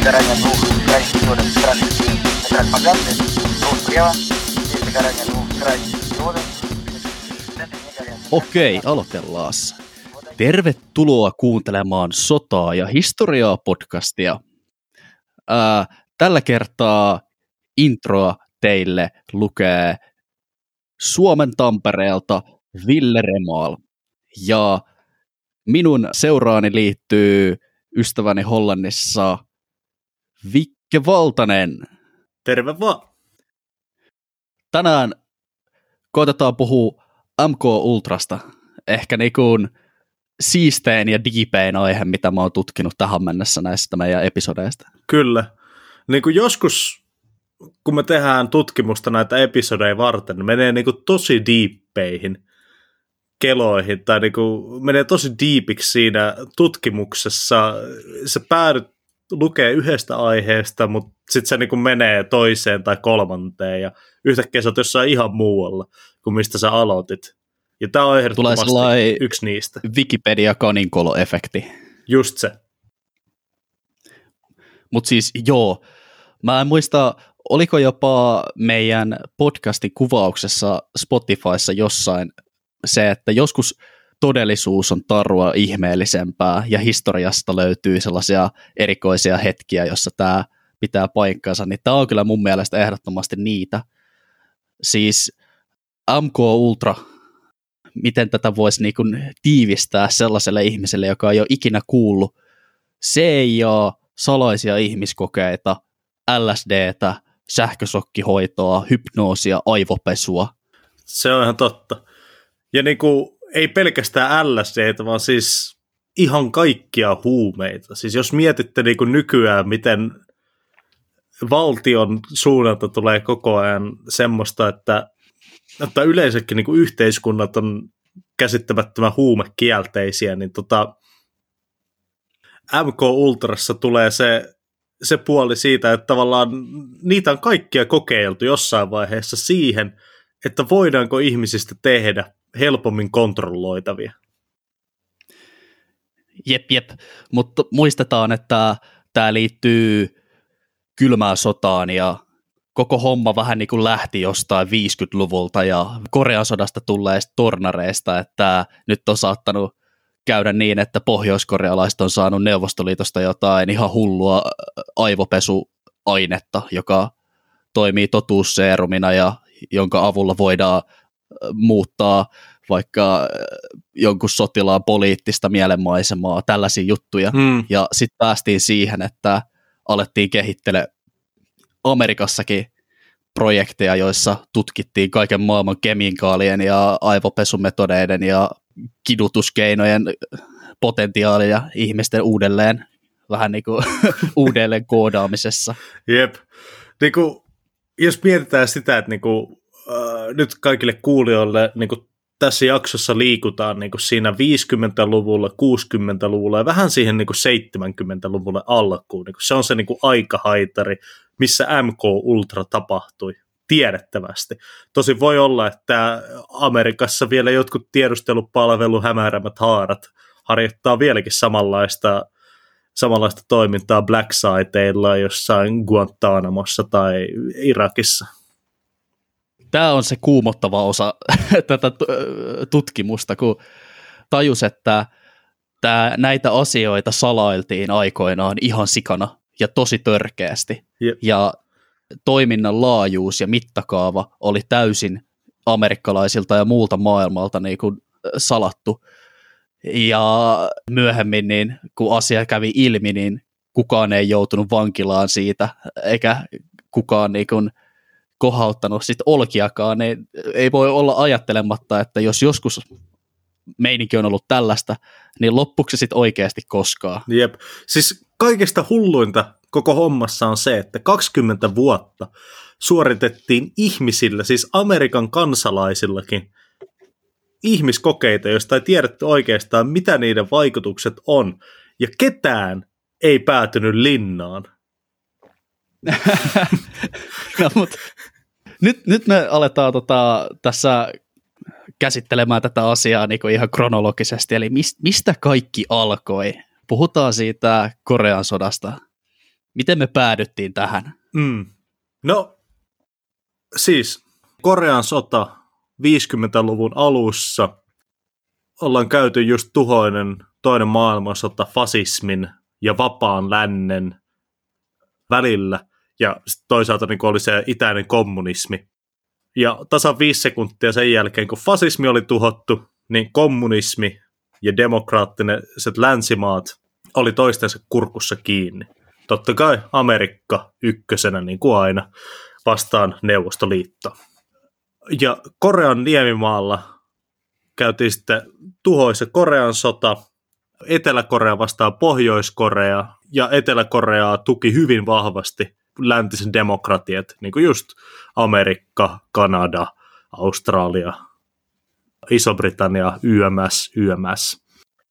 Загорание двух крайних диодов в транзисторе металлопоганты слева и загорание двух крайних диодов в центре не горят. Okei, aloitellaan. Tervetuloa kuuntelemaan Sotaa ja historiaa podcastia. Tällä kertaa introa teille lukee Suomen Tampereelta Ville Remaal. Ja minun seuraani liittyy ystäväni Hollannissa Vikke Valtanen. Terve vaan. Tänään koitetaan puhua MK Ultrasta. Ehkä niin siistein ja diipein aihe, mitä mä oon tutkinut tähän mennessä näistä meidän episodeista. Kyllä. Niin kuin joskus, kun me tehdään tutkimusta näitä episodeja varten, ne menee niin kuin tosi diippeihin keloihin, tai niin kuin menee tosi diipiksi siinä tutkimuksessa. Se päädyt lukee yhdestä aiheesta, mutta sitten se niin kuin menee toiseen tai kolmanteen, ja yhtäkkiä sä oot jossain ihan muualla kuin mistä sä aloitit. Ja tämä on ehdottomasti yksi niistä. Wikipedia-kaninkolo-efekti. Just se. Mutta siis joo, mä en muista, oliko jopa meidän podcastin kuvauksessa Spotifyssa jossain se, että joskus todellisuus on tarua ihmeellisempää ja historiasta löytyy sellaisia erikoisia hetkiä, jossa tämä pitää paikkansa, niin tämä on kyllä mun mielestä ehdottomasti niitä. Siis MK Ultra, miten tätä voisi niin kuin tiivistää sellaiselle ihmiselle, joka ei ole ikinä kuullut CIA, salaisia ihmiskokeita, LSDtä, sähkösokkihoitoa, hypnoosia, aivopesua. Se on ihan totta. Ja niin kuin, ei pelkästään LSDtä, vaan siis ihan kaikkia huumeita. Siis jos mietitte niin kuin nykyään, miten valtion suunnalta tulee koko ajan semmoista, että yleensäkin niin kuin yhteiskunnat on käsittämättömän huumekielteisiä, niin MK Ultrassa tulee se puoli siitä, että tavallaan niitä on kaikkia kokeiltu jossain vaiheessa siihen, että voidaanko ihmisistä tehdä helpommin kontrolloitavia. Jep, mutta muistetaan, että tämä liittyy kylmään sotaan ja koko homma vähän niin kuin lähti jostain 50-luvulta ja Korean sodasta tulleista tornareista, että nyt on saattanut käydä niin, että pohjoiskorealaiset on saanut Neuvostoliitosta jotain ihan hullua aivopesuainetta, joka toimii totuusseerumina ja jonka avulla voidaan muuttaa vaikka jonkun sotilaan poliittista mielenmaisemaa, tällaisia juttuja. Ja sitten päästiin siihen, että alettiin kehittelemään Amerikassakin projekteja, joissa tutkittiin kaiken maailman kemikaalien ja aivopesumetodeiden ja kidutuskeinojen potentiaalia ihmisten uudelleen, vähän niin kuin uudelleen koodaamisessa. Jep. Niin kuin, jos mietitään sitä, että niin kuin, nyt kaikille kuulijoille niin kuin tässä jaksossa liikutaan niin kuin siinä 50-luvulla, 60-luvulla ja vähän siihen niin kuin 70-luvulle alkuun. Niin kuin se on se niin kuin aikahaitari, missä MK Ultra tapahtui tiedettävästi. Tosin voi olla, että Amerikassa vielä jotkut tiedustelupalvelun hämärämät haarat harjoittaa vieläkin samanlaista toimintaa Black Siteilla jossain Guantanamossa tai Irakissa. Tämä on se kuumottava osa tätä tutkimusta, kun tajus, että näitä asioita salailtiin aikoinaan ihan sikana ja tosi törkeästi. Yep. Ja toiminnan laajuus ja mittakaava oli täysin amerikkalaisilta ja muulta maailmalta niin kuin salattu. Ja myöhemmin, niin, kun asia kävi ilmi, niin kukaan ei joutunut vankilaan siitä, eikä kukaan niin kuin kohauttanut sit olkiakaan, niin ei voi olla ajattelematta, että jos joskus meininki on ollut tällaista, niin loppuksi sitten oikeasti koskaan. Jep. Siis kaikesta hulluinta koko hommassa on se, että 20 vuotta suoritettiin ihmisillä, siis Amerikan kansalaisillakin, ihmiskokeita, joista ei tiedetty oikeastaan, mitä niiden vaikutukset on, ja ketään ei päätynyt linnaan. No, mutta nyt me aletaan tässä käsittelemään tätä asiaa niin kuin ihan kronologisesti, eli mistä kaikki alkoi? Puhutaan siitä Korean sodasta. Miten me päädyttiin tähän? No, siis Korean sota 50-luvun alussa ollaan käyty just tuhoinen toinen maailmansota fasismin ja vapaan lännen välillä, ja toisaalta niin oli se itäinen kommunismi. Ja tasan 5 sekuntia sen jälkeen, kun fasismi oli tuhottu, niin kommunismi ja demokraattiset länsimaat oli toistensa kurkussa kiinni. Totta kai Amerikka ykkösenä, niin kuin aina, vastaan Neuvostoliitto. Ja Korean niemimaalla käytiin sitten tuhoisa Korean sota, Etelä-Korea vastaan Pohjois-Korea, ja Etelä-Koreaa tuki hyvin vahvasti läntiset demokratiat, niin kuin just Amerikka, Kanada, Australia, Iso-Britannia, YMS.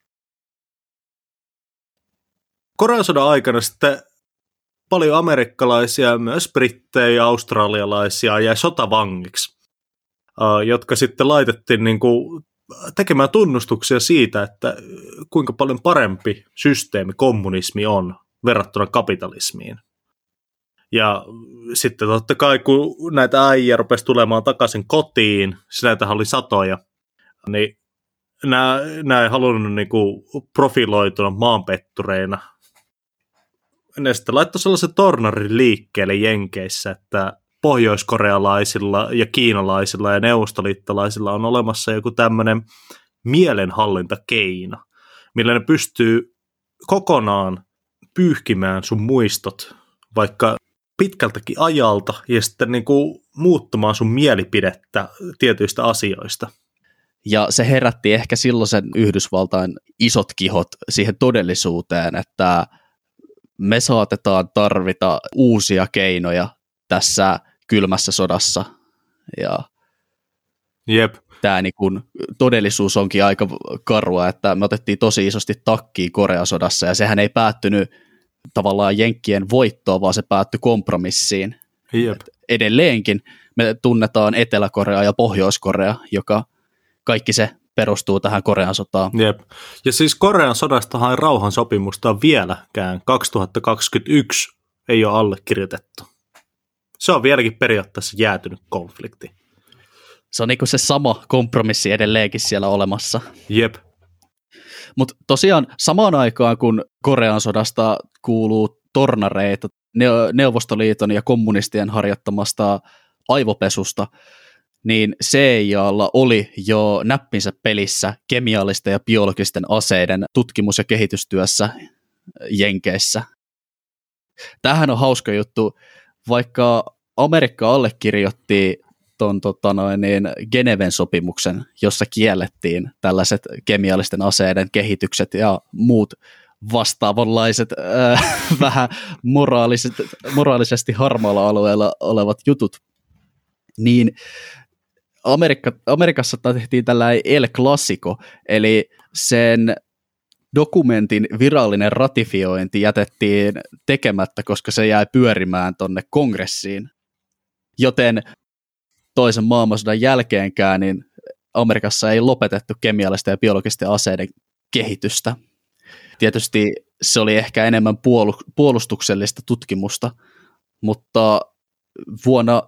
Korean sodan aikana sitten paljon amerikkalaisia, myös brittejä ja australialaisia jäi sotavangiksi, jotka sitten laitettiin niin kuin tekemään tunnustuksia siitä, että kuinka paljon parempi systeemi kommunismi on verrattuna kapitalismiin. Ja sitten totta kai, kun näitä äijä rupesi tulemaan takaisin kotiin, näitähän oli satoja, niin nämä ei halunnut niinku profiloitua maanpettureina. Ne sitten laittoi sellaisen tornarin liikkeelle Jenkeissä, että pohjoiskorealaisilla ja kiinalaisilla ja neuvostoliittolaisilla on olemassa joku tämmöinen mielenhallintakeino, millä ne pystyy kokonaan pyyhkimään sun muistot vaikka pitkältäkin ajalta ja sitten niin kuin muuttamaan sun mielipidettä tietyistä asioista. Ja se herätti ehkä silloisen Yhdysvaltain isot kihot siihen todellisuuteen, että me saatetaan tarvita uusia keinoja tässä kylmässä sodassa. Ja Jep. tämä niin kun todellisuus onkin aika karua, että me otettiin tosi isosti takkiin Korean sodassa, ja sehän ei päättynyt tavallaan jenkkien voittoon, vaan se päättyi kompromissiin. Jep. Edelleenkin me tunnetaan Etelä-Korea ja Pohjois-Korea, joka kaikki se perustuu tähän Korean sotaan. Jep. Ja siis Korean sodastahan rauhansopimusta vieläkään 2021 ei ole allekirjoitettu. Se on vieläkin periaatteessa jäätynyt konflikti. Se on niin kuin se sama kompromissi edelleenkin siellä olemassa. Jep. Mutta tosiaan samaan aikaan, kun Korean sodasta kuuluu tornareita Neuvostoliiton ja kommunistien harjoittamasta aivopesusta, niin CIAlla oli jo näppinsä pelissä kemiallisten ja biologisten aseiden tutkimus- ja kehitystyössä Jenkeissä. Tämähän on hauska juttu, vaikka Amerikka allekirjoitti tuon Geneven sopimuksen, jossa kiellettiin tällaiset kemiallisten aseiden kehitykset ja muut vastaavanlaiset vähän moraalisesti harmaalla alueella olevat jutut, niin Amerikassa tehtiin tällainen El Clasico, eli sen dokumentin virallinen ratifiointi jätettiin tekemättä, koska se jäi pyörimään tonne kongressiin. Joten toisen maailmansodan jälkeenkään niin Amerikassa ei lopetettu kemiallisten ja biologisten aseiden kehitystä. Tietysti se oli ehkä enemmän puolustuksellista tutkimusta, mutta vuonna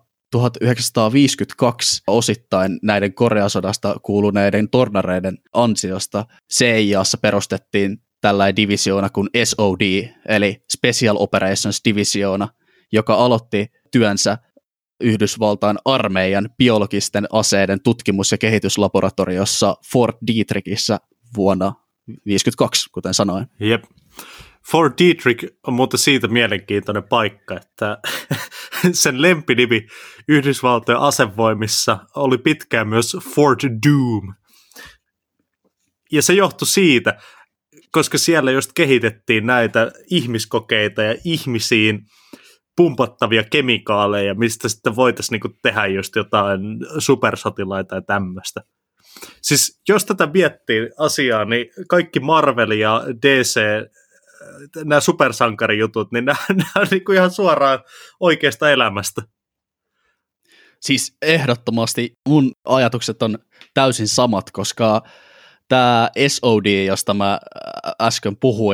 1952 osittain näiden Korean sodasta kuuluneiden tornareiden ansiosta CIAssa perustettiin tällainen divisioona kuin SOD, eli Special Operations Divisioona, joka aloitti työnsä Yhdysvaltain armeijan biologisten aseiden tutkimus- ja kehityslaboratoriossa Fort Detrickissä vuonna 1952, kuten sanoin. Jep. Fort Detrick on muuten siitä mielenkiintoinen paikka, että sen lempinimi Yhdysvaltojen asevoimissa oli pitkään myös Fort Doom. Ja se johtui siitä, koska siellä just kehitettiin näitä ihmiskokeita ja ihmisiin pumpattavia kemikaaleja, mistä sitten voitaisiin niinku tehdä just jotain supersotilaita ja tämmöistä. Siis jos tätä miettii asiaa, niin kaikki Marvel ja DC, nämä supersankarijutut, niin nämä on niinku ihan suoraan oikeasta elämästä. Siis ehdottomasti mun ajatukset on täysin samat, koska tämä SOD, josta mä äsken puhuin,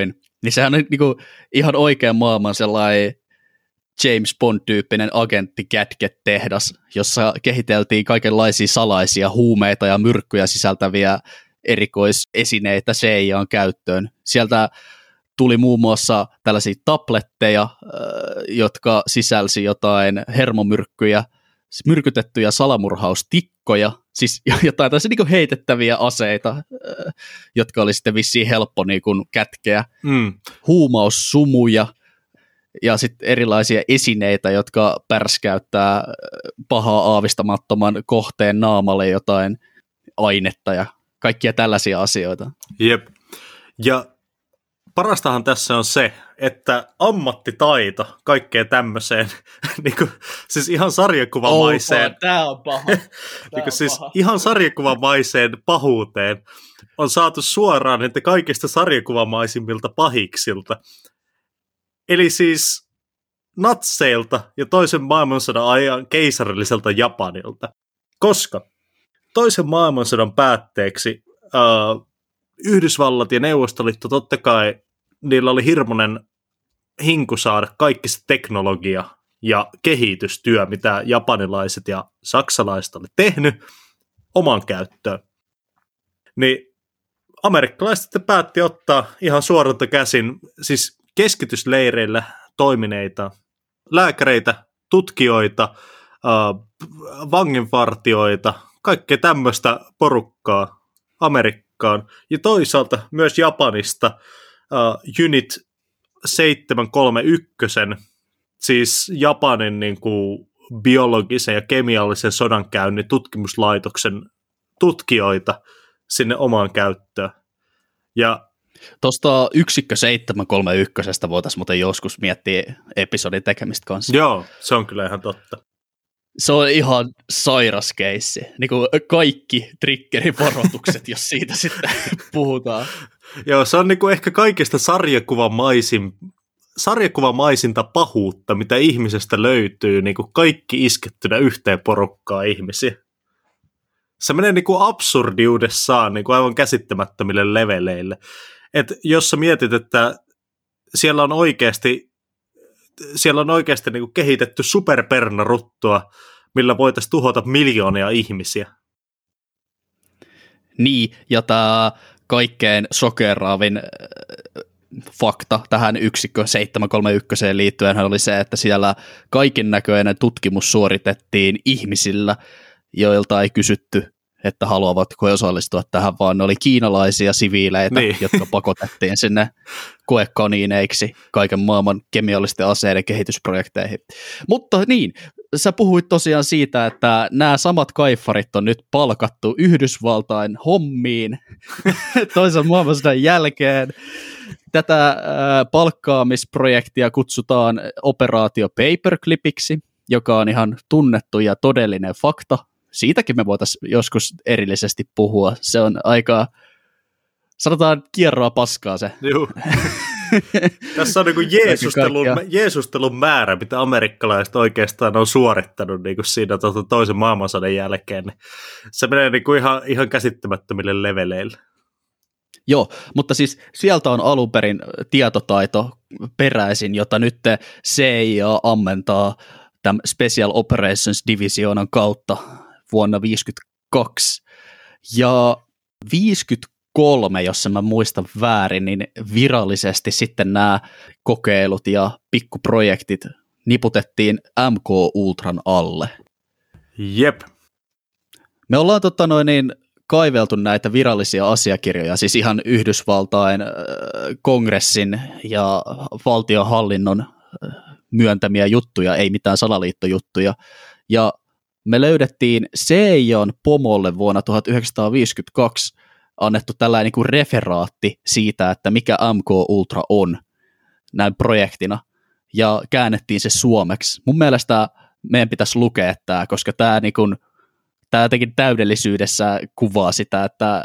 Niin sehän on niinku ihan oikean maailman sellainen James Bond-tyyppinen agentti gadget-tehdas, jossa kehiteltiin kaikenlaisia salaisia huumeita ja myrkkyjä sisältäviä erikoisesineitä CIA:n käyttöön. Sieltä tuli muun muassa tällaisia tabletteja, jotka sisälsi jotain hermomyrkkyjä, myrkytettyjä salamurhaustikkoja, siis jotain tällaisia niin kuin heitettäviä aseita, jotka oli sitten vissiin helppo niin kuin kätkeä, huumaussumuja ja sitten erilaisia esineitä, jotka pärskäyttää pahaa aavistamattoman kohteen naamalle jotain ainetta ja kaikkia tällaisia asioita. Jep. Ja parastahan tässä on se, että ammattitaito kaikkeen tämmöiseen, niin kuin, siis ihan sarjakuvamaiseen, tää on paha. Siis ihan sarjakuvamaiseen pahuuteen on saatu suoraan niitä kaikista sarjakuvamaisimmilta pahiksilta. Eli siis natseilta ja toisen maailmansodan ajan keisarilliselta Japanilta. Koska toisen maailmansodan päätteeksi Yhdysvallat ja Neuvostoliitto totta kai niillä oli hirmuinen hinku saada kaikki se teknologia ja kehitystyö, mitä japanilaiset ja saksalaiset oli tehnyt oman käyttöön. Niin amerikkalaiset sitten päätti ottaa ihan suoralta käsin siis keskitysleireillä toimineita lääkäreitä, tutkijoita, vanginvartijoita, kaikkea tämmöistä porukkaa Amerikkaan ja toisaalta myös Japanista Unit 731, siis Japanin niin kuin biologisen ja kemiallisen sodankäynnin tutkimuslaitoksen tutkijoita sinne omaan käyttöön. Ja tuosta yksikkö 731 voitaisiin muuten joskus miettiä episodin tekemistä kanssa. Joo, se on kyllä ihan totta. Se on ihan sairas keissi. Niin kuin kaikki triggerivaroitukset, jos siitä sitten puhutaan. Joo, se on niin kuin ehkä kaikista sarjakuvamaisinta pahuutta, mitä ihmisestä löytyy, niin kuin kaikki iskettynä yhteen porukkaan ihmisiä. Se menee niin kuin absurdiudessaan niin kuin aivan käsittämättömille leveleille. Et jos sä mietit, että siellä on oikeasti niin kuin kehitetty superpernaruttua, millä voitaisiin tuhota miljoonia ihmisiä. Niin, ja tämä kaikkein shokeraavin fakta tähän yksikkö 731 liittyen oli se, että siellä kaiken näköinen tutkimus suoritettiin ihmisillä, joilta ei kysytty, että haluavatko osallistua tähän, vaan ne oli kiinalaisia siviileitä, jotka pakotettiin sinne koekaniineiksi kaiken maailman kemiallisten aseiden kehitysprojekteihin. Mutta niin, sä puhuit tosiaan siitä, että nämä samat kaifarit on nyt palkattu Yhdysvaltain hommiin toisen maailmansodan jälkeen. Tätä palkkaamisprojektia kutsutaan operaatio Paperclipiksi, joka on ihan tunnettu ja todellinen fakta. Siitäkin me voitaisiin joskus erillisesti puhua. Se on aika, sanotaan, kierroa paskaa se. Joo. Tässä on niin jeesustelun määrä, mitä amerikkalaiset oikeastaan on suorittanut niin kuin siinä toisen maailmansodan jälkeen. Se menee niin kuin ihan käsittämättömille leveleille. Joo, mutta siis sieltä on alun perin tietotaito peräisin, jota nyt CIA ammentaa tämän Special Operations Divisionan kautta vuonna 1952. Ja 1953, jos en mä muista väärin, niin virallisesti sitten nämä kokeilut ja pikkuprojektit niputettiin MK Ultran alle. Jep. Me ollaan kaiveltu näitä virallisia asiakirjoja, siis ihan Yhdysvaltain kongressin ja valtionhallinnon myöntämiä juttuja, ei mitään salaliittojuttuja. Ja me löydettiin CIA:n pomolle vuonna 1952 annettu tällainen niin kuin referaatti siitä, että mikä MK Ultra on näin projektina, ja käännettiin se suomeksi. Mun mielestä meidän pitäisi lukea tämä, koska tämä niin kuin tämä jotenkin täydellisyydessä kuvaa sitä, että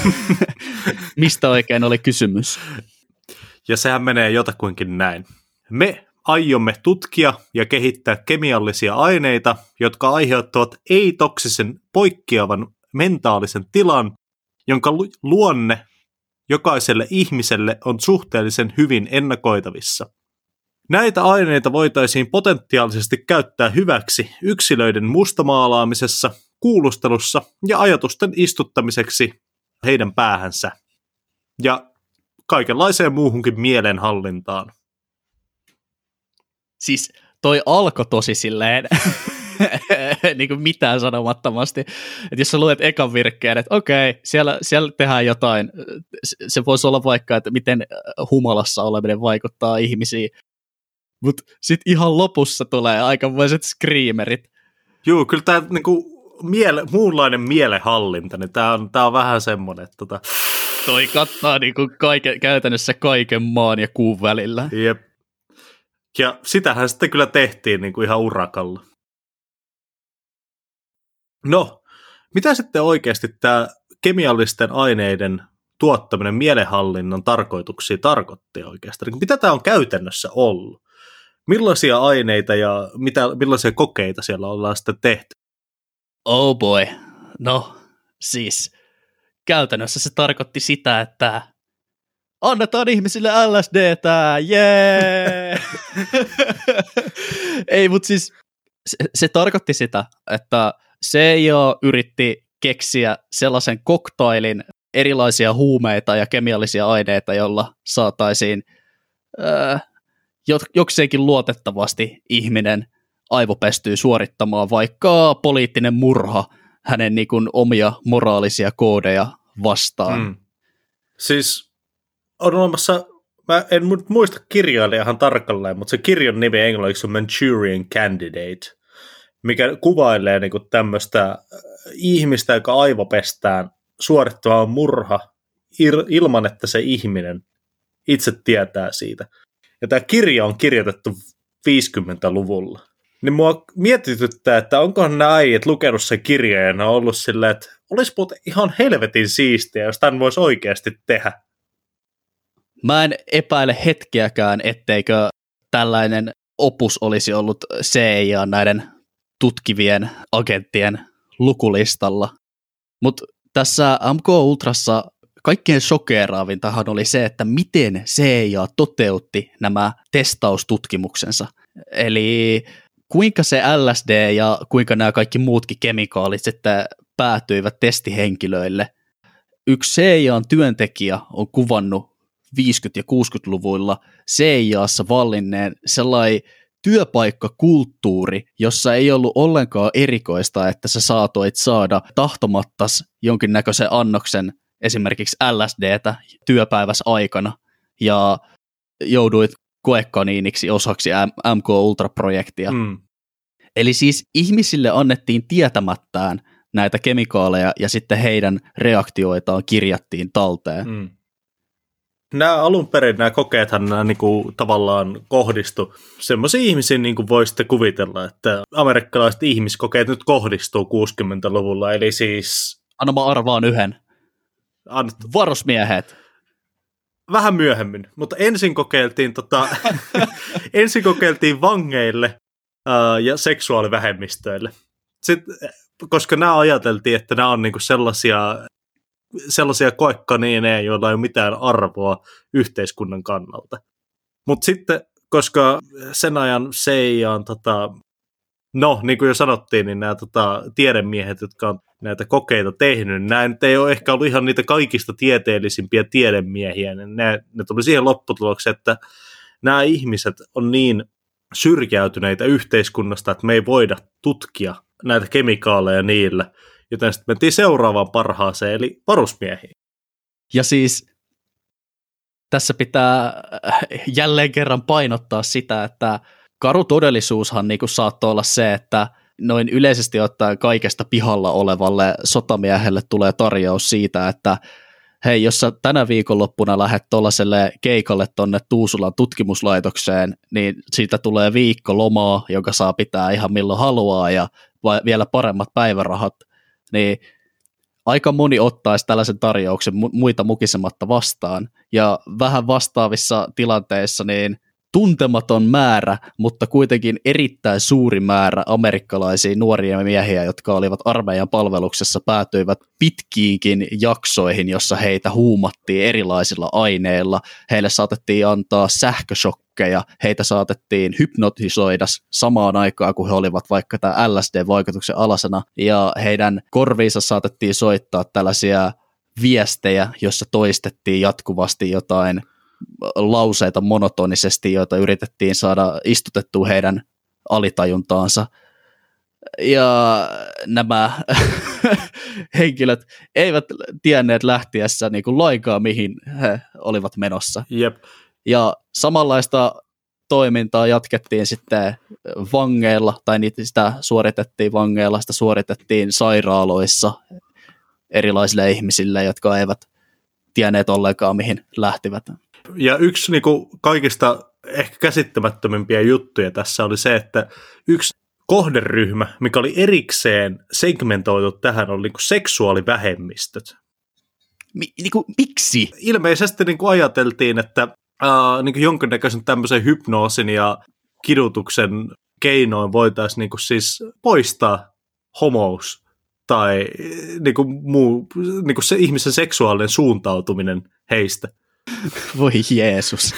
mistä oikein oli kysymys. Ja sehän menee jotakuinkin näin. Me aiomme tutkia ja kehittää kemiallisia aineita, jotka aiheuttavat ei-toksisen poikkeavan mentaalisen tilan, jonka luonne jokaiselle ihmiselle on suhteellisen hyvin ennakoitavissa. Näitä aineita voitaisiin potentiaalisesti käyttää hyväksi yksilöiden mustamaalaamisessa, kuulustelussa ja ajatusten istuttamiseksi heidän päähänsä ja kaikenlaiseen muuhunkin mielenhallintaan. Siis toi alkoi tosi silleen niin kuin mitään sanomattomasti. Että jos sä luet ekan virkkeen, että okei, siellä tehdään jotain, se voisi olla vaikka, että miten humalassa oleminen vaikuttaa ihmisiin, mutta sitten ihan lopussa tulee aikamoiset screamerit. Joo, kyllä tämä niinku muunlainen mielenhallinta, niin tämä on vähän semmoinen, että toi kattaa niinku käytännössä kaiken maan ja kuun välillä. Jep. Ja sitähän sitten kyllä tehtiin niinku ihan urakalla. No, mitä sitten oikeasti tämä kemiallisten aineiden tuottaminen mielenhallinnan tarkoituksia tarkoitti oikeastaan? Mitä tämä on käytännössä ollut? Millaisia aineita ja millaisia kokeita siellä ollaan sitten tehty? Oh boy. No, siis käytännössä se tarkoitti sitä, että annetaan ihmisille LSDtä, jee! Ei, mutta siis se tarkoitti sitä, että CIA yritti keksiä sellaisen koktailin erilaisia huumeita ja kemiallisia aineita, jolla saataisiin jokseenkin luotettavasti ihminen aivopestyy suorittamaan vaikka poliittinen murha hänen niin kuin omia moraalisia koodeja vastaan. Siis on olemassa, mä en muista kirjailijahan tarkalleen, mutta se kirjan nimi englanniksi on Manchurian Candidate, mikä kuvailee niin kuin tämmöistä ihmistä, joka aivopestään suorittamaan murha ilman, että se ihminen itse tietää siitä. Ja tämä kirja on kirjoitettu 50-luvulla. Niin mua mietityttää, että onkohan nämä äijät lukenut sen kirjan ja ne on ollut silleen, että olisi muuten ihan helvetin siistiä, jos tämän voisi oikeasti tehdä. Mä en epäile hetkeäkään, etteikö tällainen opus olisi ollut CIA näiden tutkivien agenttien lukulistalla. Mutta tässä MK Ultrassa kaikkein shokeeraavintahan oli se, että miten CIA toteutti nämä testaustutkimuksensa. Eli kuinka se LSD ja kuinka nämä kaikki muutkin kemikaalit sitten päätyivät testihenkilöille. Yksi CIAn työntekijä on kuvannut 50- ja 60-luvuilla CIAssa vallinneen sellainen työpaikkakulttuuri, jossa ei ollut ollenkaan erikoista, että sä saatoit saada tahtomattas jonkinnäköisen annoksen esimerkiksi LSDtä työpäivässä aikana ja jouduit koekaniiniksi osaksi MK Ultra-projektia. Eli siis ihmisille annettiin tietämättään näitä kemikaaleja ja sitten heidän reaktioitaan kirjattiin talteen. Alun perin nämä kokeethan niinku tavallaan kohdistu semmoisiin ihmisiin, niin kuin voisitte kuvitella, että amerikkalaiset ihmiskokeet nyt kohdistuu 60-luvulla, eli siis... Anna mä arvaan yhden. Varusmiehet. Vähän myöhemmin, mutta ensin kokeiltiin vangeille ja seksuaalivähemmistöille. Sitten, koska nämä ajateltiin, että nämä on niinku sellaisia koekaniineja, joilla ei ole mitään arvoa yhteiskunnan kannalta. Mutta sitten, koska sen ajan CIAn, niin kuin jo sanottiin, niin nämä tiedemiehet, jotka on näitä kokeita tehnyt, nämä nyt ei ole ehkä ollut ihan niitä kaikista tieteellisimpiä tiedemiehiä, niin ne tuli siihen lopputulokseen, että nämä ihmiset on niin syrjäytyneitä yhteiskunnasta, että me ei voida tutkia näitä kemikaaleja niillä, joten sitten mentiin seuraavaan parhaaseen, eli varusmiehiin. Ja siis tässä pitää jälleen kerran painottaa sitä, että karu todellisuushan niin kuin saattoi olla se, että noin yleisesti ottaen kaikesta pihalla olevalle sotamiehelle tulee tarjous siitä, että hei, jos sä tänä viikonloppuna lähdet tuollaiselle keikalle tonne Tuusulan tutkimuslaitokseen, niin siitä tulee viikko lomaa, joka saa pitää ihan milloin haluaa ja vielä paremmat päivärahat, niin aika moni ottaisi tällaisen tarjouksen muita mukisematta vastaan, ja vähän vastaavissa tilanteissa niin tuntematon määrä, mutta kuitenkin erittäin suuri määrä amerikkalaisia nuoria miehiä, jotka olivat armeijan palveluksessa, päätyivät pitkiinkin jaksoihin, jossa heitä huumattiin erilaisilla aineilla. Heille saatettiin antaa sähköshokkeja, heitä saatettiin hypnotisoida samaan aikaan, kun he olivat vaikka tämän LSD-vaikutuksen alasena, ja heidän korviinsa saatettiin soittaa tällaisia viestejä, jossa toistettiin jatkuvasti jotain lauseita monotonisesti, joita yritettiin saada istutettua heidän alitajuntaansa. Ja nämä henkilöt eivät tienneet lähtiessä niin kuin lainkaan, mihin he olivat menossa. Jep. Ja samanlaista toimintaa jatkettiin sitten vangeilla, tai sitä suoritettiin vangeilla, sitä suoritettiin sairaaloissa erilaisille ihmisille, jotka eivät tienneet ollenkaan, mihin lähtivät. Ja yksi niin kuin kaikista ehkä käsittämättömimpiä juttuja tässä oli se, että yksi kohderyhmä, mikä oli erikseen segmentoitu tähän, oli niin kuin seksuaalivähemmistöt. Miksi? Ilmeisesti niin kuin ajateltiin, että niin kuin jonkinnäköisen tämmöisen hypnoosin ja kidutuksen keinoin voitaisiin niin kuin siis poistaa homous tai niin kuin muu, niin kuin se ihmisen seksuaalinen suuntautuminen heistä. Voi Jeesus.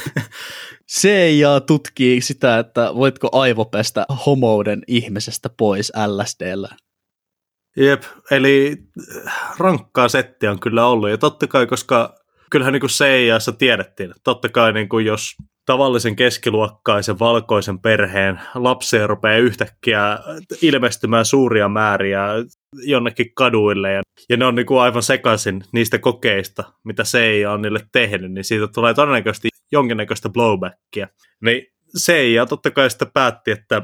CIA tutkii sitä, että voitko aivopestä homouden ihmisestä pois LSD:llä. Jep, eli rankkaa settiä on kyllä ollut. Ja totta kai, koska kyllähän niin kuin CIAssa tiedettiin, että totta kai niin kuin jos tavallisen keskiluokkaisen valkoisen perheen lapsia rupeaa yhtäkkiä ilmestymään suuria määriä jonnekin kaduille, ja ne on niin kuin aivan sekaisin niistä kokeista, mitä CIA on niille tehnyt, niin siitä tulee todennäköisesti jonkinnäköistä blowbackia. Niin CIA totta kai sitä päätti, että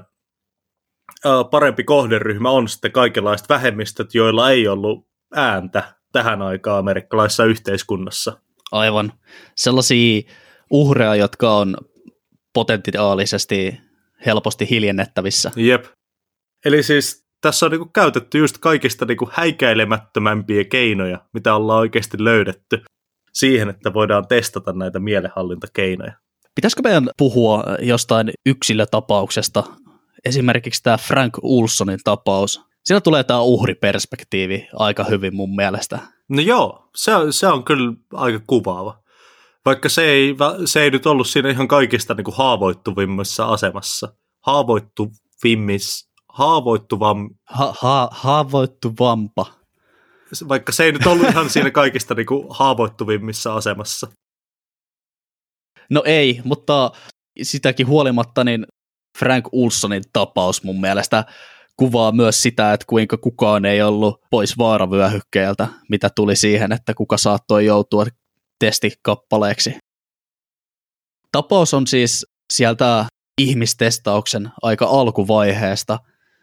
parempi kohderyhmä on sitten kaikenlaiset vähemmistöt, joilla ei ollut ääntä tähän aikaan amerikkalaisessa yhteiskunnassa. Aivan. Sellaisia uhreja, jotka on potentiaalisesti helposti hiljennettävissä. Jep. Eli siis tässä on niinku käytetty just kaikista niinku häikäilemättömämpiä keinoja, mitä ollaan oikeasti löydetty siihen, että voidaan testata näitä mielenhallintakeinoja. Pitäisikö meidän puhua jostain yksilötapauksesta? Esimerkiksi tämä Frank Ohlsonin tapaus. Siinä tulee tämä uhriperspektiivi aika hyvin mun mielestä. No joo, se on kyllä aika kuvaava. Vaikka se ei nyt ollut siinä ihan kaikista niin kuin haavoittuvimmassa asemassa. Haavoittuvampa. Vaikka se ei nyt ollut ihan siinä kaikista niin kuin haavoittuvimmissa asemassa. No ei, mutta sitäkin huolimatta niin Frank Ohlsonin tapaus mun mielestä kuvaa myös sitä, että kuinka kukaan ei ollut pois vaaravyöhykkeeltä, mitä tuli siihen, että kuka saattoi joutua testikappaleeksi. Tapaus on siis sieltä ihmistestauksen aika alkuvaiheesta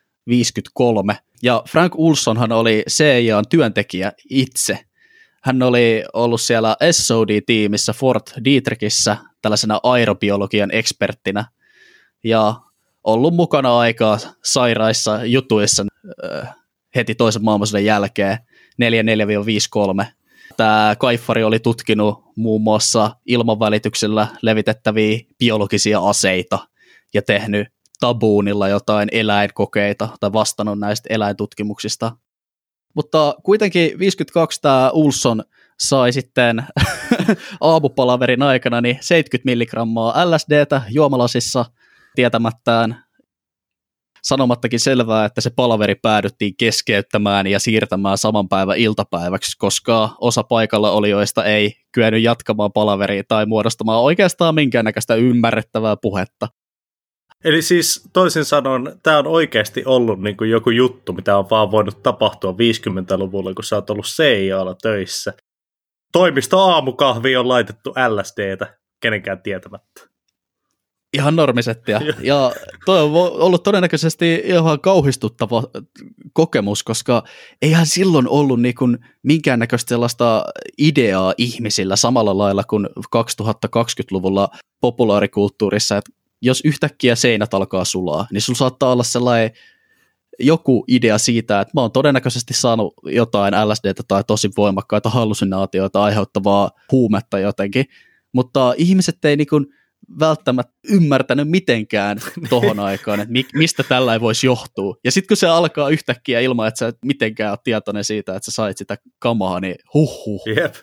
53, ja Frank Ohlsonhan oli CIA:n työntekijä itse. Hän oli ollut siellä SOD-tiimissä Fort Detrichissä tällaisena aerobiologian eksperttinä, ja ollut mukana aikaa sairaissa jutuissa heti toisen maailmansodan jälkeen 44-53. Tämä Kaifari oli tutkinut muun muassa ilmanvälityksellä levitettäviä biologisia aseita ja tehnyt tabuunilla jotain eläinkokeita tai vastannut näistä eläintutkimuksista. Mutta kuitenkin 52 tämä Ohlson sai sitten aamupalaverin aikana niin 70 milligrammaa LSDtä juomalasissa tietämättään, sanomattakin selvää, että se palaveri päädyttiin keskeyttämään ja siirtämään saman päivän iltapäiväksi, koska osa paikalla olijoista ei kyennyt jatkamaan palaveria tai muodostamaan oikeastaan minkäännäköistä ymmärrettävää puhetta. Eli siis toisin sanoen, tämä on oikeasti ollut niin kuin joku juttu, mitä on vaan voinut tapahtua 50-luvulla, kun sä oot ollut CIA:lla töissä. Toimisto aamukahviin on laitettu LSDtä, kenenkään tietämättä. Ihan normisettiä. Ja toi on ollut todennäköisesti ihan kauhistuttava kokemus, koska eihän silloin ollut niin kuin minkäännäköistä sellaista ideaa ihmisillä samalla lailla kuin 2020-luvulla populaarikulttuurissa, että jos yhtäkkiä seinät alkaa sulaa, niin sulla saattaa olla sellainen joku idea siitä, että mä oon todennäköisesti saanut jotain LSDtä tai tosi voimakkaita hallusinaatioita aiheuttavaa huumetta jotenkin, mutta ihmiset ei niin kuin välttämättä ymmärtänyt mitenkään tohon aikaan, että mistä tällä ei voisi johtua. Ja sitten kun se alkaa yhtäkkiä ilman, että sä et mitenkään ole tietoinen siitä, että sä sait sitä kamaa, niin huhhuh. Jep.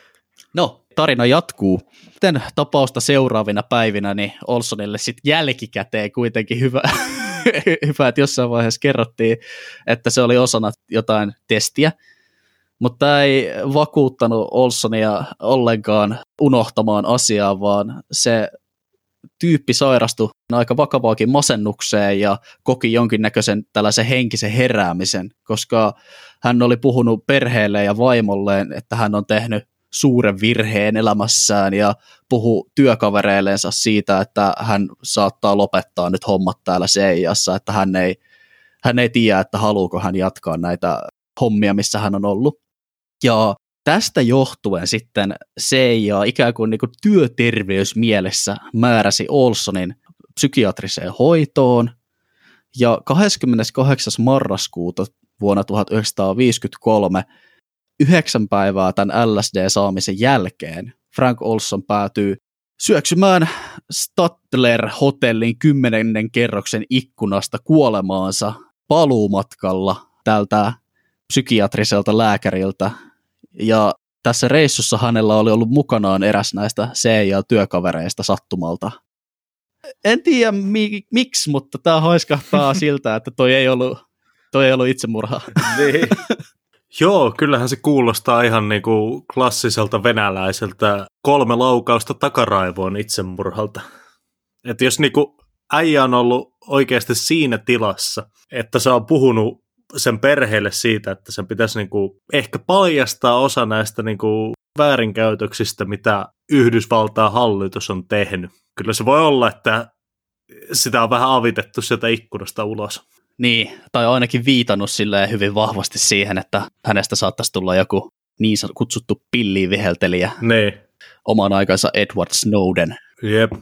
No, tarina jatkuu. Sitten tapausta seuraavina päivinä, niin Olsonille sitten jälkikäteen kuitenkin hyvä, että jossain vaiheessa kerrottiin, että se oli osana jotain testiä, mutta tämä ei vakuuttanut Olsonia ollenkaan unohtamaan asiaa, vaan se tyyppi sairastui aika vakavaakin masennukseen ja koki jonkinnäköisen tällaisen henkisen heräämisen, koska hän oli puhunut perheelle ja vaimolleen, että hän on tehnyt suuren virheen elämässään ja puhui työkavereilleensa siitä, että hän saattaa lopettaa nyt hommat täällä CIA:ssa, että hän ei tiedä, että haluuko hän jatkaa näitä hommia, missä hän on ollut. Ja tästä johtuen sitten CIA ikään kuin työterveysmielessä määräsi Olsonin psykiatriseen hoitoon, ja 28. marraskuuta vuonna 1953 9 päivää tämän LSD-saamisen jälkeen Frank Olson päätyy syöksymään Statler-hotellin 10. kerroksen ikkunasta kuolemaansa paluumatkalla tältä psykiatriselta lääkäriltä. Ja tässä reissussa hänellä oli ollut mukanaan eräs näistä CIA-työkavereista sattumalta. En tiedä miksi, mutta tämä haiskahtaa siltä, että toi ei ollut itsemurha. Niin. Joo, kyllähän se kuulostaa ihan niinku klassiselta venäläiseltä 3 laukausta takaraivoon itsemurhalta. Että jos niinku äijä on ollut oikeasti siinä tilassa, että se on puhunut sen perheelle siitä, että sen pitäisi niinku ehkä paljastaa osa näistä niinku väärinkäytöksistä, mitä Yhdysvaltain hallitus on tehnyt. Kyllä se voi olla, että sitä on vähän avitettu sieltä ikkunasta ulos. Niin, tai ainakin viitannut silleen hyvin vahvasti siihen, että hänestä saattaisi tulla joku niin kutsuttu pilliviheltelijä. Niin. Oman aikansa Edward Snowden. Jep.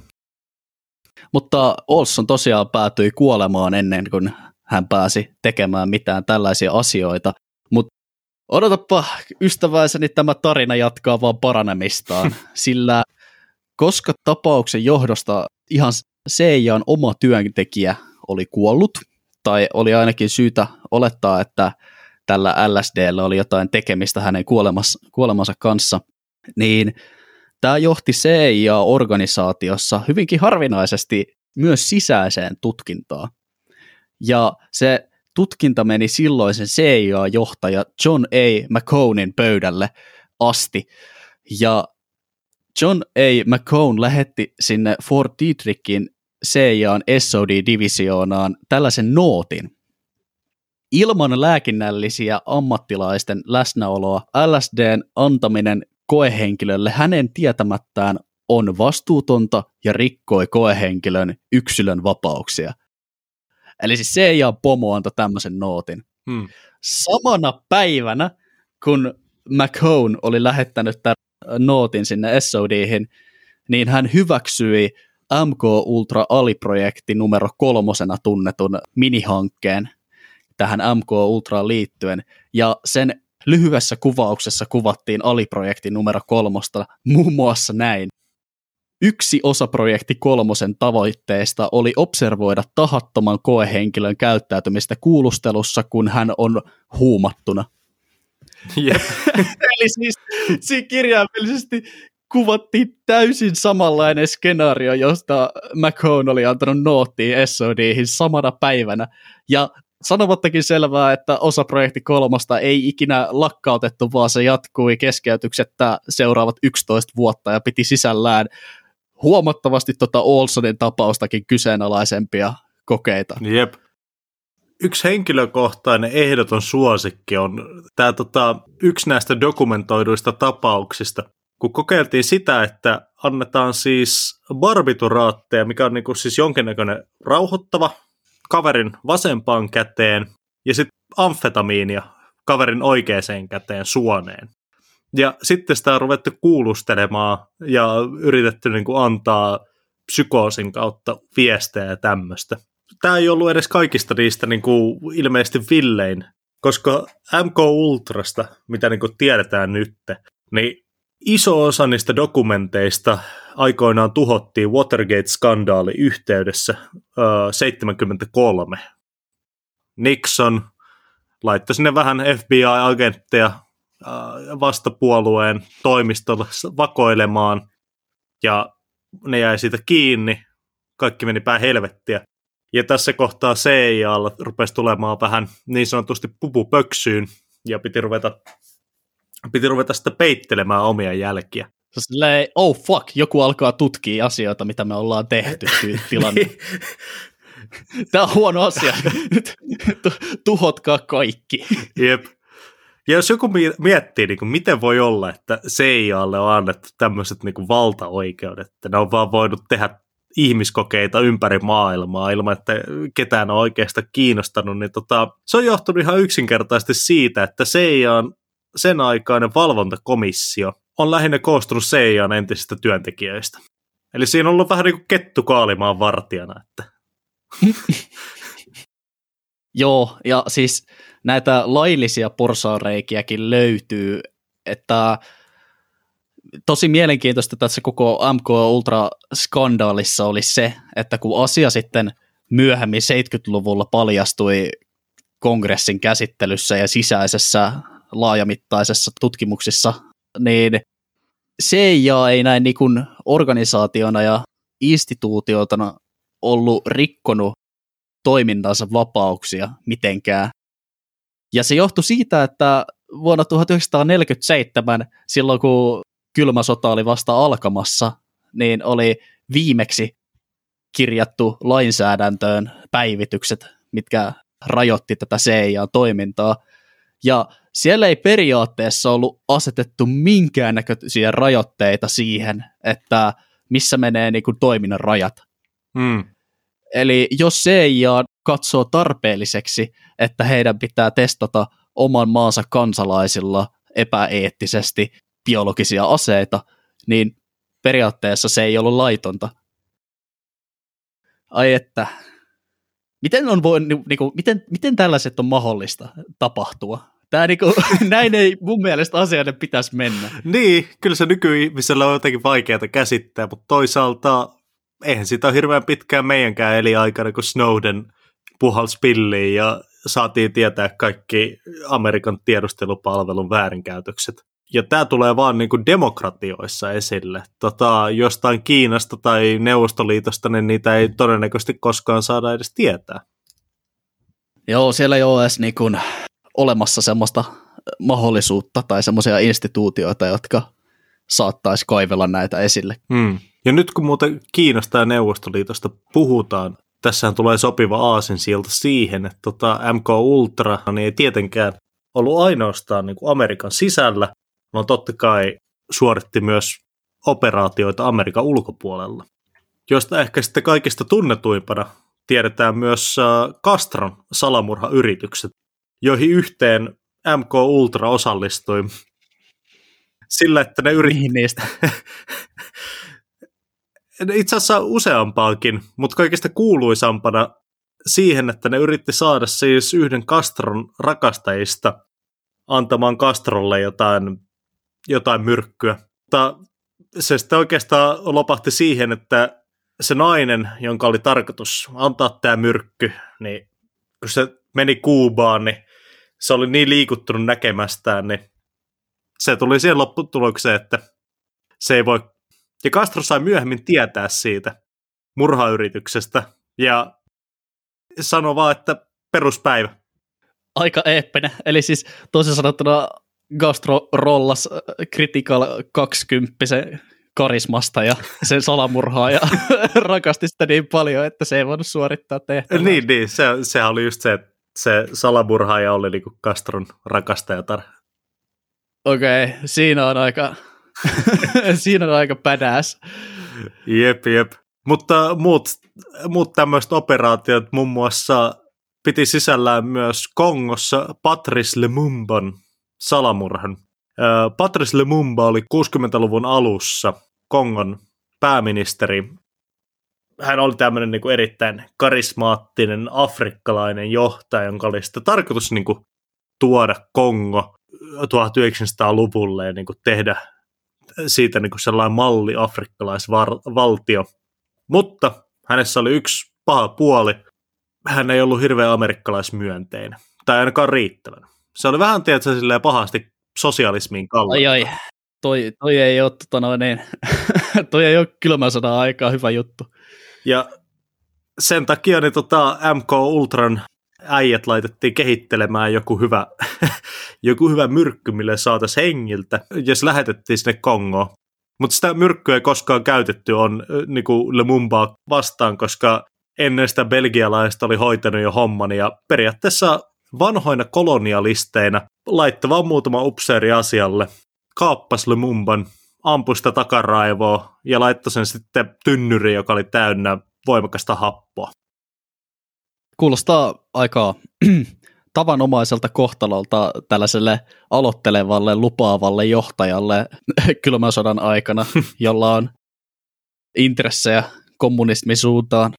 Mutta Olson tosiaan päätyi kuolemaan ennen kuin hän pääsi tekemään mitään tällaisia asioita. Mutta odotapa ystäväiseni, tämä tarina jatkaa vaan paranemistaan, sillä koska tapauksen johdosta ihan CIA:n oma työntekijä oli kuollut, tai oli ainakin syytä olettaa, että tällä LSD:llä oli jotain tekemistä hänen kuolemansa kanssa, niin tämä johti CIA-organisaatiossa hyvinkin harvinaisesti myös sisäiseen tutkintaan. Ja se tutkinta meni silloisen CIA-johtaja John A. McConein pöydälle asti, ja John A. McCone lähetti sinne Fort Detrichin CIA:n SOD-divisioonaan tällaisen nootin. Ilman lääkinnällisiä ammattilaisten läsnäoloa LSDn antaminen koehenkilölle hänen tietämättään on vastuutonta ja rikkoi koehenkilön yksilön vapauksia. Eli siis CIA-pomo antoi tämmöisen nootin. Samana päivänä, kun McCone oli lähettänyt tämän nootin sinne SODihin, niin hän hyväksyi MK Ultra Ali-projekti numero 3 tunnetun minihankkeen tähän MK Ultraan liittyen, ja sen lyhyessä kuvauksessa kuvattiin Ali-projekti numero 3 muun muassa näin. Yksi osa projekti 3 tavoitteesta oli observoida tahattoman koehenkilön käyttäytymistä kuulustelussa, kun hän on huumattuna. Yep. Eli siis siinä kirjaimellisesti kuvattiin täysin samanlainen skenaario, josta McCone oli antanut noottiin SODihin samana päivänä. Ja sanomattakin selvää, että osa projekti 3 ei ikinä lakkautettu, vaan se jatkui keskeytyksettä seuraavat 11 vuotta ja piti sisällään huomattavasti Olsonin tapaustakin kyseenalaisempia kokeita. Jep. Yksi henkilökohtainen ehdoton suosikki on tämä yksi näistä dokumentoiduista tapauksista, kun kokeiltiin sitä, että annetaan siis barbituraatteja, mikä on niinku siis jonkinnäköinen rauhoittava kaverin vasempaan käteen, ja sitten amfetamiinia kaverin oikeaan käteen suoneen. Ja sitten sitä on ruvettu kuulustelemaan ja yritetty niinku antaa psykoosin kautta viestejä ja tämmöistä. Tämä ei ollut edes kaikista niistä niinku ilmeisesti villein, koska MK Ultrasta, mitä niinku tiedetään nyt, niin iso osa niistä dokumenteista aikoinaan tuhottiin Watergate-skandaali yhteydessä 1973. Nixon laittoi sinne vähän FBI-agentteja vastapuolueen toimistolle vakoilemaan, ja ne jäi siitä kiinni, kaikki meni päin helvettiä. Ja tässä kohtaa CIA:lla rupesi tulemaan vähän niin sanotusti pupupöksyyn, ja piti ruveta sitä peittelemään omia jälkiä. Silleen, oh fuck, joku alkaa tutkia asioita, mitä me ollaan tehty tilanne. Tämä on huono asia. Tuhotkaa kaikki. Jep. Ja jos joku miettii, niin kuin, miten voi olla, että CIA:lle on annettu tämmöiset niin kuin valtaoikeudet, että ne on vaan voinut tehdä ihmiskokeita ympäri maailmaa ilman, että ketään on oikeastaan kiinnostanut, niin se on johtunut ihan yksinkertaisesti siitä, että CIA:n sen aikainen valvontakomissio on lähinnä koostunut CIA:n entisistä työntekijöistä. Eli siinä on ollut vähän niin kuin kettu kaalimaan vartijana. Että. Joo, ja siis näitä laillisia porsaanreikiäkin löytyy, että tosi mielenkiintoista tässä koko MK Ultra-skandaalissa oli se, että kun asia sitten myöhemmin 70-luvulla paljastui kongressin käsittelyssä ja sisäisessä laajamittaisessa tutkimuksissa, niin CIA ei näin niin kuin organisaationa ja instituutiotana ollut rikkonut toimintansa vapauksia mitenkään. Ja se johtui siitä, että vuonna 1947, silloin kun kylmä sota oli vasta alkamassa, niin oli viimeksi kirjattu lainsäädäntöön päivitykset, mitkä rajoitti tätä CIA-toimintaa. Ja siellä ei periaatteessa ollut asetettu minkäännäköisiä rajoitteita siihen, että missä menee niin kuin toiminnan rajat. Eli jos CIA katsoo tarpeelliseksi, että heidän pitää testata oman maansa kansalaisilla epäeettisesti biologisia aseita, niin periaatteessa se ei ollut laitonta. Ai että, miten tällaiset on mahdollista tapahtua? Näin ei mun mielestä asioiden pitäisi mennä. Niin, kyllä se nykyihmisellä on jotenkin vaikeaa käsittää, mutta toisaalta eihän sitä ole hirveän pitkään meidänkään elinaikana, kun Snowden puhalsi pilliin ja saatiin tietää kaikki Amerikan tiedustelupalvelun väärinkäytökset. Ja tämä tulee vaan niin kuin demokratioissa esille. Jostain Kiinasta tai Neuvostoliitosta, niin niitä ei todennäköisesti koskaan saada edes tietää. Joo, siellä ei ole edes niin kuin olemassa semmoista mahdollisuutta tai semmoisia instituutioita, jotka saattaisi kaivella näitä esille. Ja nyt kun muuten Kiinasta ja Neuvostoliitosta puhutaan, tässähän tulee sopiva aasinsilta siihen, että MK Ultra niin ei tietenkään ollut ainoastaan niin kuin Amerikan sisällä, vaan totta kai suoritti myös operaatioita Amerikan ulkopuolella, josta ehkä sitten kaikista tunnetuimpana tiedetään myös Castron salamurhayritykset, joihin yhteen MK Ultra osallistui sillä, että ne yritti niistä. Itse asiassa useampaakin, mutta kaikista kuuluisampana siihen, että ne yritti saada siis yhden Castron rakastajista antamaan Castrolle jotain myrkkyä. Mutta se sitten oikeastaan lopahti siihen, että se nainen, jonka oli tarkoitus antaa tämä myrkky, niin kun se meni Kuubaan, niin se oli niin liikuttunut näkemästään, niin se tuli siihen lopputulokseen, että se ei voi. Ja Castro sai myöhemmin tietää siitä murhayrityksestä ja sanoi vaan, että peruspäivä. Aika eeppinen. Eli siis toisin sanottuna Castro rollas Critical 20 karismasta ja sen salamurhaa ja rakasti sitä niin paljon, että se ei voinut suorittaa tehtävää. Niin, sehän oli just se, että se salamurhaaja oli niinku Castron rakastajatar. Okei, siinä on aika badass. Jep. Mutta muut tämmöiset operaatiot muun muassa piti sisällään myös Kongossa Patrice Lumumban salamurhan. Patrice Lumumba oli 60-luvun alussa Kongon pääministeri. Hän oli tämmöinen niin kuin erittäin karismaattinen afrikkalainen johtaja, jonka oli sitten tarkoitus niin kuin tuoda Kongo 1900-luvulle ja niin kuin siitä niin kuin sellainen malli afrikkalaisvaltio. Mutta hänessä oli yksi paha puoli. Hän ei ollut hirveän amerikkalaismyönteinen, tai ainakaan riittävän. Se oli vähän, tietysti, silleen pahasti sosialismiin kallella. Ai, toi ei ole, toi ei ole kylmän sodan aikaa hyvä juttu. Ja sen takia niin MK Ultran äijät laitettiin kehittelemään joku hyvä myrkky, mille saataisiin hengiltä, ja se lähetettiin sinne Kongoon. Mutta sitä myrkkyä ei koskaan käytetty on niin kuin Lumumbaa vastaan, koska ennen sitä belgialaista oli hoitanut jo homman, ja periaatteessa vanhoina kolonialisteina laittoi vaan muutama upseeri asialle, kaappas Lumumban, ampui sitä takaraivoa ja laittoi sen sitten tynnyriin, joka oli täynnä voimakasta happoa. Kuulostaa aika tavanomaiselta kohtalolta tällaiselle aloittelevalle, lupaavalle johtajalle kylmän sodan aikana, jolla on intressejä kommunismin suuntaan.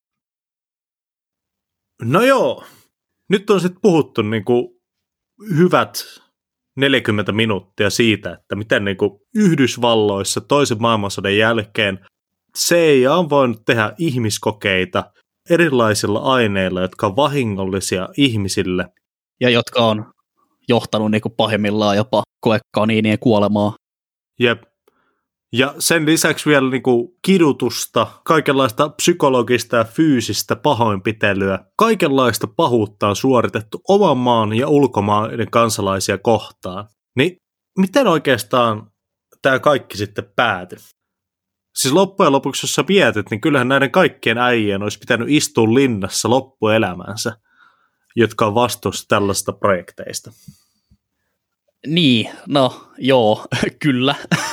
No joo, nyt on sitten puhuttu niinku hyvät 40 minuuttia siitä, että miten niinku Yhdysvalloissa toisen maailmansodan jälkeen CIA on voinut tehdä ihmiskokeita erilaisilla aineilla, jotka on vahingollisia ihmisille. Ja jotka on johtanut niinku pahimmillaan jopa koekaniinien kuolemaa. Jep. Ja sen lisäksi vielä niinku kidutusta, kaikenlaista psykologista ja fyysistä pahoinpitelyä, kaikenlaista pahuutta on suoritettu oman maan ja ulkomaiden kansalaisia kohtaan. Niin miten oikeastaan tämä kaikki sitten päätyi? Siis loppujen lopuksi, jos sä mietit, niin kyllähän näiden kaikkien äijien olisi pitänyt istua linnassa loppuelämänsä, jotka on vastuussa tällaista projekteista. Niin, no joo, kyllä.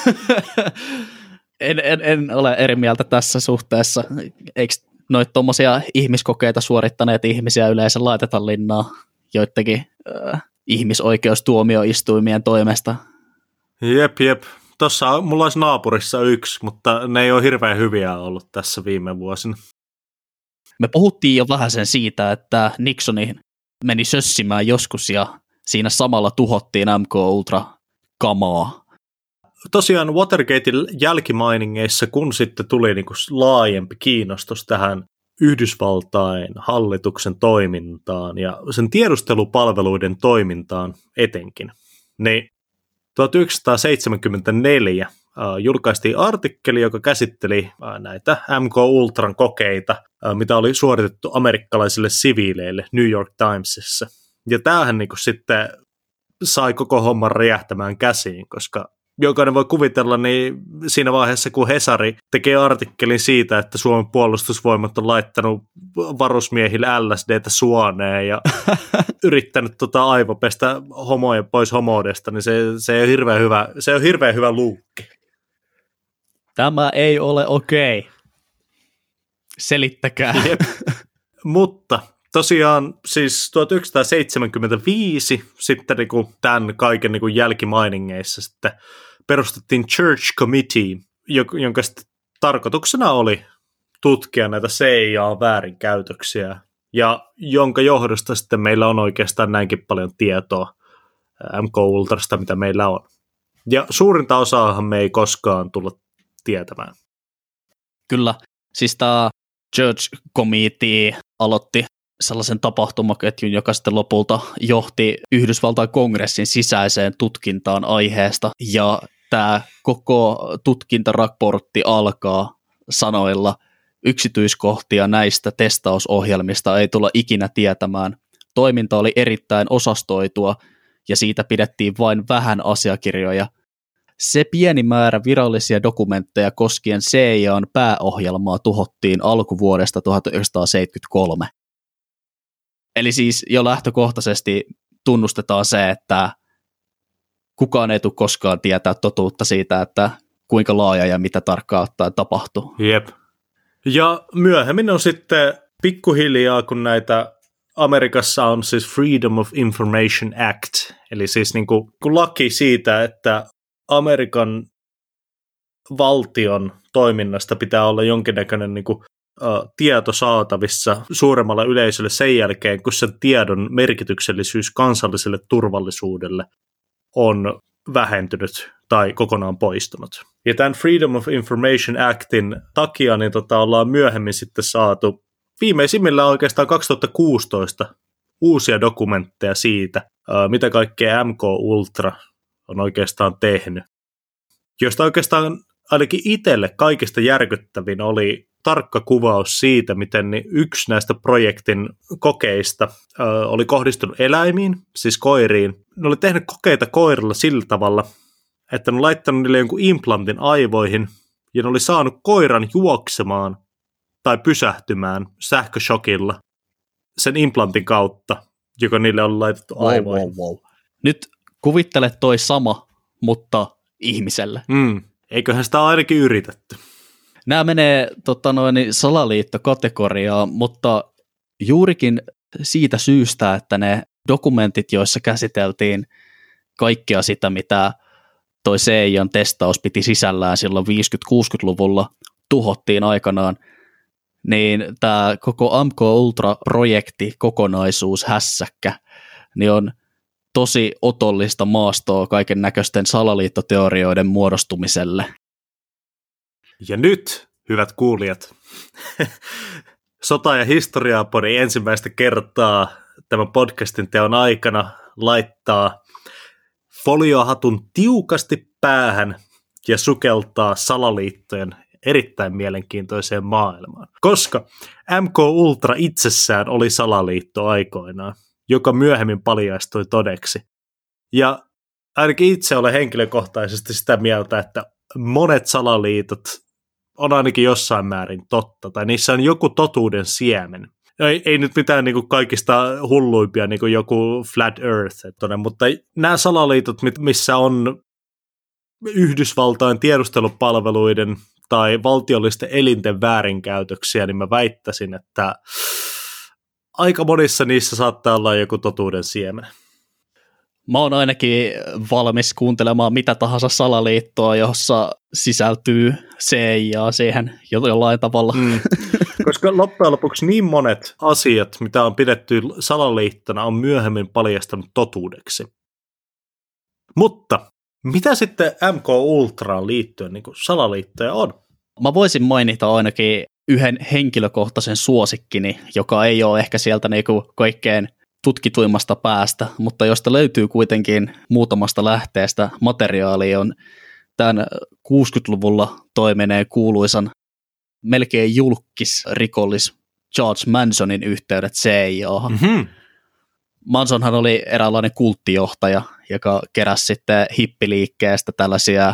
en ole eri mieltä tässä suhteessa. Eikö noita tuommoisia ihmiskokeita suorittaneet ihmisiä yleensä laiteta linnaa joidenkin ihmisoikeustuomioistuimien toimesta? Jep. Tuossa mulla olisi naapurissa yksi, mutta ne ei ole hirveän hyviä ollut tässä viime vuosina. Me puhuttiin jo vähän sen siitä, että Nixoni meni sössimään joskus ja siinä samalla tuhottiin MK Ultra-kamaa. Tosiaan Watergatein jälkimainingeissa, kun sitten tuli niinku laajempi kiinnostus tähän Yhdysvaltain hallituksen toimintaan ja sen tiedustelupalveluiden toimintaan etenkin, niin 1974 julkaistiin artikkeli, joka käsitteli näitä MK Ultran kokeita, mitä oli suoritettu amerikkalaisille siviileille New York Timesissa. Ja tämähän niin sitten sai koko homman räjähtämään käsiin, koska jokainen voi kuvitella, niin siinä vaiheessa, kun Hesari tekee artikkelin siitä, että Suomen puolustusvoimat on laittanut varusmiehille LSDtä suoneen ja yrittänyt aivopestä homoja pois homoudesta, niin se on hirveän hyvä luukki. Tämä ei ole okei. Selittäkää. Jep. Mutta tosiaan siis 1975 sitten niin kuin tämän kaiken niin kuin jälkimainingeissa sitten perustettiin Church Committee, jonka tarkoituksena oli tutkia näitä CIA-väärinkäytöksiä ja jonka johdosta sitten meillä on oikeastaan näinkin paljon tietoa MK Ultrasta, mitä meillä on. Ja suurinta osaahan me ei koskaan tulla tietämään. Kyllä, siis tämä Church Committee aloitti sellaisen tapahtumaketjun, joka sitten lopulta johti Yhdysvaltain kongressin sisäiseen tutkintaan aiheesta, ja tämä koko tutkintaraportti alkaa sanoilla: yksityiskohtia näistä testausohjelmista ei tulla ikinä tietämään. Toiminta oli erittäin osastoitua, ja siitä pidettiin vain vähän asiakirjoja. Se pieni määrä virallisia dokumentteja koskien CIA:n pääohjelmaa tuhottiin alkuvuodesta 1973. Eli siis jo lähtökohtaisesti tunnustetaan se, että kukaan ei tule koskaan tietää totuutta siitä, että kuinka laaja ja mitä tarkkaan ottaen tapahtuu. Jep. Ja myöhemmin on sitten pikkuhiljaa, kun näitä Amerikassa on siis Freedom of Information Act, eli siis niin kuin laki siitä, että Amerikan valtion toiminnasta pitää olla jonkinnäköinen niin kuin tieto saatavissa suuremmalle yleisölle sen jälkeen, kun sen tiedon merkityksellisyys kansalliselle turvallisuudelle on vähentynyt tai kokonaan poistunut. Ja tämän Freedom of Information Actin takia niin ollaan myöhemmin sitten saatu viimeisimmillä oikeastaan 2016 uusia dokumentteja siitä, mitä kaikkea MK Ultra on oikeastaan tehnyt. Josta oikeastaan ainakin itselle kaikista järkyttävin oli tarkka kuvaus siitä, miten yksi näistä projektin kokeista oli kohdistunut eläimiin, siis koiriin. Ne oli tehnyt kokeita koirilla sillä tavalla, että ne oli laittanut niille jonkun implantin aivoihin, ja ne oli saanut koiran juoksemaan tai pysähtymään sähköshokilla sen implantin kautta, joka niille on laitettu aivoihin. Wow. Nyt kuvittele toi sama, mutta ihmiselle. Eiköhän sitä ole ainakin yritetty. Nämä menee salaliittokategoriaan, mutta juurikin siitä syystä, että ne dokumentit, joissa käsiteltiin kaikkea sitä, mitä toi CIAn testaus piti sisällään silloin 50-60-luvulla, tuhottiin aikanaan, niin tämä koko MK Ultra-projekti, kokonaisuus, hässäkkä, niin on tosi otollista maastoa kaiken näköisten salaliittoteorioiden muodostumiselle. Ja nyt, hyvät kuulijat, Sota- ja historiaa-podi ensimmäistä kertaa tämän podcastin teon aikana laittaa foliohatun tiukasti päähän ja sukeltaa salaliittojen erittäin mielenkiintoiseen maailmaan. Koska MK Ultra itsessään oli salaliitto aikoinaan, joka myöhemmin paljastui todeksi. Ja ainakin itse olen henkilökohtaisesti sitä mieltä, että monet salaliitot on ainakin jossain määrin totta, tai niissä on joku totuuden siemen. Ei nyt mitään niin kuin kaikista hulluimpia, niin kuin joku Flat Earth, mutta nämä salaliitot, missä on Yhdysvaltain tiedustelupalveluiden tai valtiollisten elinten väärinkäytöksiä, niin mä väittäisin, että aika monissa niissä saattaa olla joku totuuden siemen. Mä oon ainakin valmis kuuntelemaan mitä tahansa salaliittoa, jossa sisältyy CIA siihen jollain tavalla. Koska loppujen lopuksi niin monet asiat, mitä on pidetty salaliittona, on myöhemmin paljastanut totuudeksi. Mutta mitä sitten MK Ultraan liittyen niin kuin salaliittoja on? Mä voisin mainita ainakin yhden henkilökohtaisen suosikkini, joka ei ole ehkä sieltä niinku kaikkein tutkituimmasta päästä, mutta josta löytyy kuitenkin muutamasta lähteestä materiaalia, on tämän 60-luvulla toimineen kuuluisan melkein julkkisrikollis Charles Mansonin yhteydet CIAhan. Mm-hmm. Mansonhan oli eräänlainen kulttijohtaja, joka keräsi sitten hippiliikkeestä tällaisia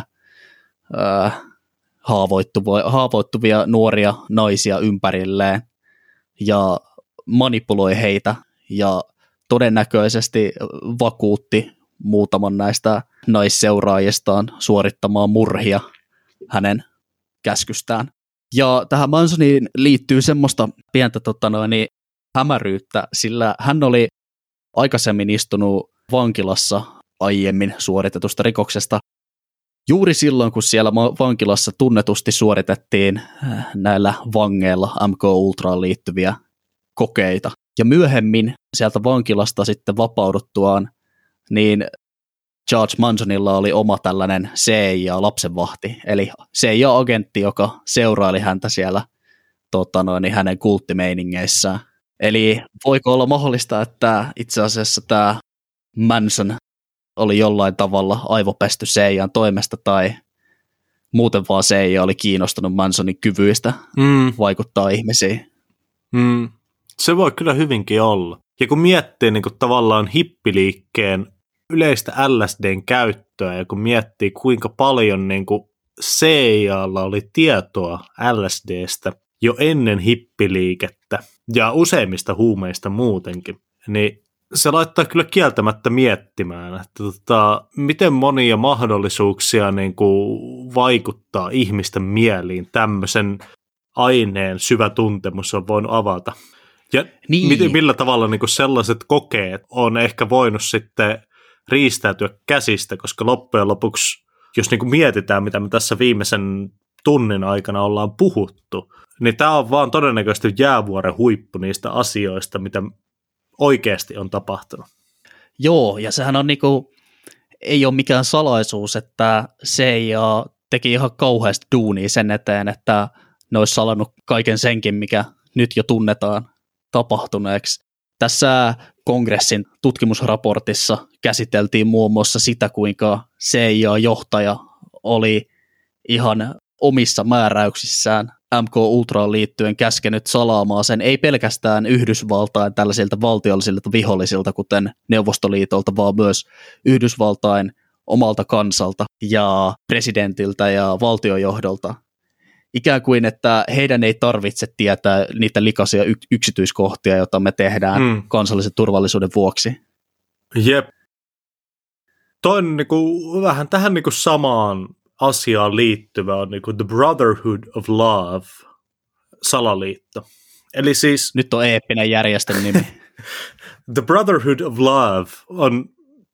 haavoittuvia nuoria naisia ympärilleen ja manipuloi heitä ja todennäköisesti vakuutti muutaman näistä naisseuraajistaan suorittamaan murhia hänen käskystään. Ja tähän Mansoniin liittyy semmoista pientä hämäryyttä, sillä hän oli aikaisemmin istunut vankilassa aiemmin suoritetusta rikoksesta juuri silloin, kun siellä vankilassa tunnetusti suoritettiin näillä vangeilla MK Ultraan liittyviä kokeita. Ja myöhemmin sieltä vankilasta sitten vapauduttuaan, niin Charles Mansonilla oli oma tällainen CIA-lapsenvahti, eli CIA-agentti, joka seuraili häntä siellä hänen kulttimeiningeissään. Eli voiko olla mahdollista, että itse asiassa tämä Manson oli jollain tavalla aivopesty CIAn toimesta, tai muuten vaan CIA oli kiinnostunut Mansonin kyvyistä vaikuttaa ihmisiin? Se voi kyllä hyvinkin olla. Ja kun miettii niin kuin tavallaan hippiliikkeen yleistä LSDn käyttöä, ja kun miettii kuinka paljon niin kuin CIAlla oli tietoa LSDstä jo ennen hippiliikettä ja useimmista huumeista muutenkin, niin se laittaa kyllä kieltämättä miettimään, että miten monia mahdollisuuksia niin kuin vaikuttaa ihmisten mieliin tämmöisen aineen syvä tuntemus on voinut avata. Ja millä tavalla niin kuin sellaiset kokeet on ehkä voinut sitten riistäytyä käsistä, koska loppujen lopuksi, jos niin kuin mietitään, mitä me tässä viimeisen tunnin aikana ollaan puhuttu, niin tämä on vaan todennäköisesti jäävuoren huippu niistä asioista, mitä oikeasti on tapahtunut. Joo, ja sehän on niinku ei ole mikään salaisuus, että CIA teki ihan kauheasti duunia sen eteen, että ne olisi salannut kaiken senkin, mikä nyt jo tunnetaan tapahtuneeksi. Tässä kongressin tutkimusraportissa käsiteltiin muun muassa sitä, kuinka CIA-johtaja oli ihan omissa määräyksissään MK-Ultraan liittyen käskenyt salaamaan sen ei pelkästään Yhdysvaltain tällaisilta valtiollisilta vihollisilta, kuten Neuvostoliitolta, vaan myös Yhdysvaltain omalta kansalta ja presidentiltä ja valtiojohdolta. Ikään kuin, että heidän ei tarvitse tietää niitä likaisia yksityiskohtia, joita me tehdään kansallisen turvallisuuden vuoksi. Jep. Toinen vähän tähän samaan asiaan liittyvä on The Brotherhood of Love, salaliitto. Eli siis... Nyt on eeppinen järjestön nimi. The Brotherhood of Love on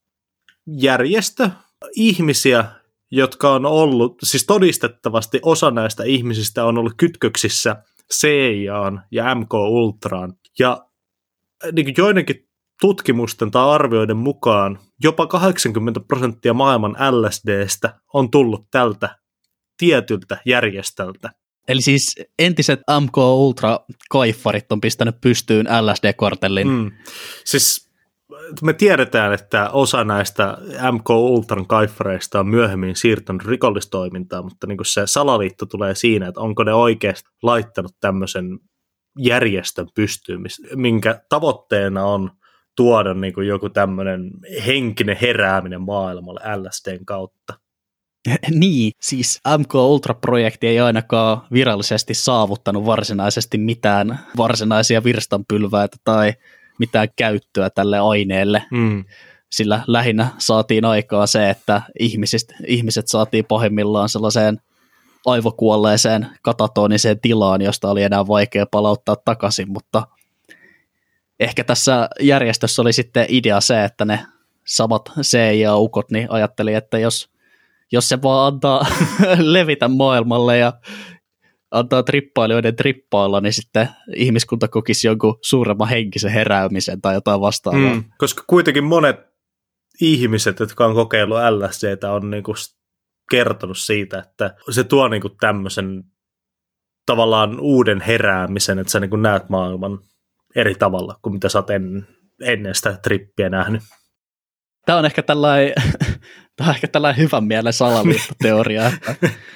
järjestö ihmisiä, jotka on ollut, siis todistettavasti osa näistä ihmisistä on ollut kytköksissä CIA:n ja MK-Ultraan. Ja joidenkin tutkimusten tai arvioiden mukaan jopa 80% maailman LSDstä on tullut tältä tietyltä järjestöltä. Eli siis entiset MK-Ultra-kaiffarit on pistänyt pystyyn LSD-kartellin. Siis me tiedetään, että osa näistä MK-Ultran kaiffareista on myöhemmin siirtynyt rikollistoimintaan, mutta se salaliitto tulee siinä, että onko ne oikeasti laittanut tämmöisen järjestön pystyyn, minkä tavoitteena on tuoda joku tämmöinen henkinen herääminen maailmalle LSDn kautta. Niin, siis MK-Ultra-projekti ei ainakaan virallisesti saavuttanut varsinaisesti mitään varsinaisia virstanpylväitä tai mitään käyttöä tälle aineelle, sillä lähinnä saatiin aikaa se, että ihmiset saatiin pahimmillaan sellaiseen aivokuolleeseen katatoniseen tilaan, josta oli enää vaikea palauttaa takaisin, mutta ehkä tässä järjestössä oli sitten idea se, että ne samat CIA-ukot niin ajatteli, että jos se vaan antaa levitä maailmalle ja antaa trippailijoiden trippailla, niin sitten ihmiskunta kokisi jonkun suuremman henkisen heräämisen tai jotain vastaavaa. Koska kuitenkin monet ihmiset, jotka on kokeillut LSDtä, on kertonut siitä, että se tuo tämmöisen tavallaan uuden heräämisen, että sä näet maailman eri tavalla kuin mitä sä oot ennen sitä trippiä nähnyt. Tämä on ehkä tällainen hyvän mielen salaliittoteoria, että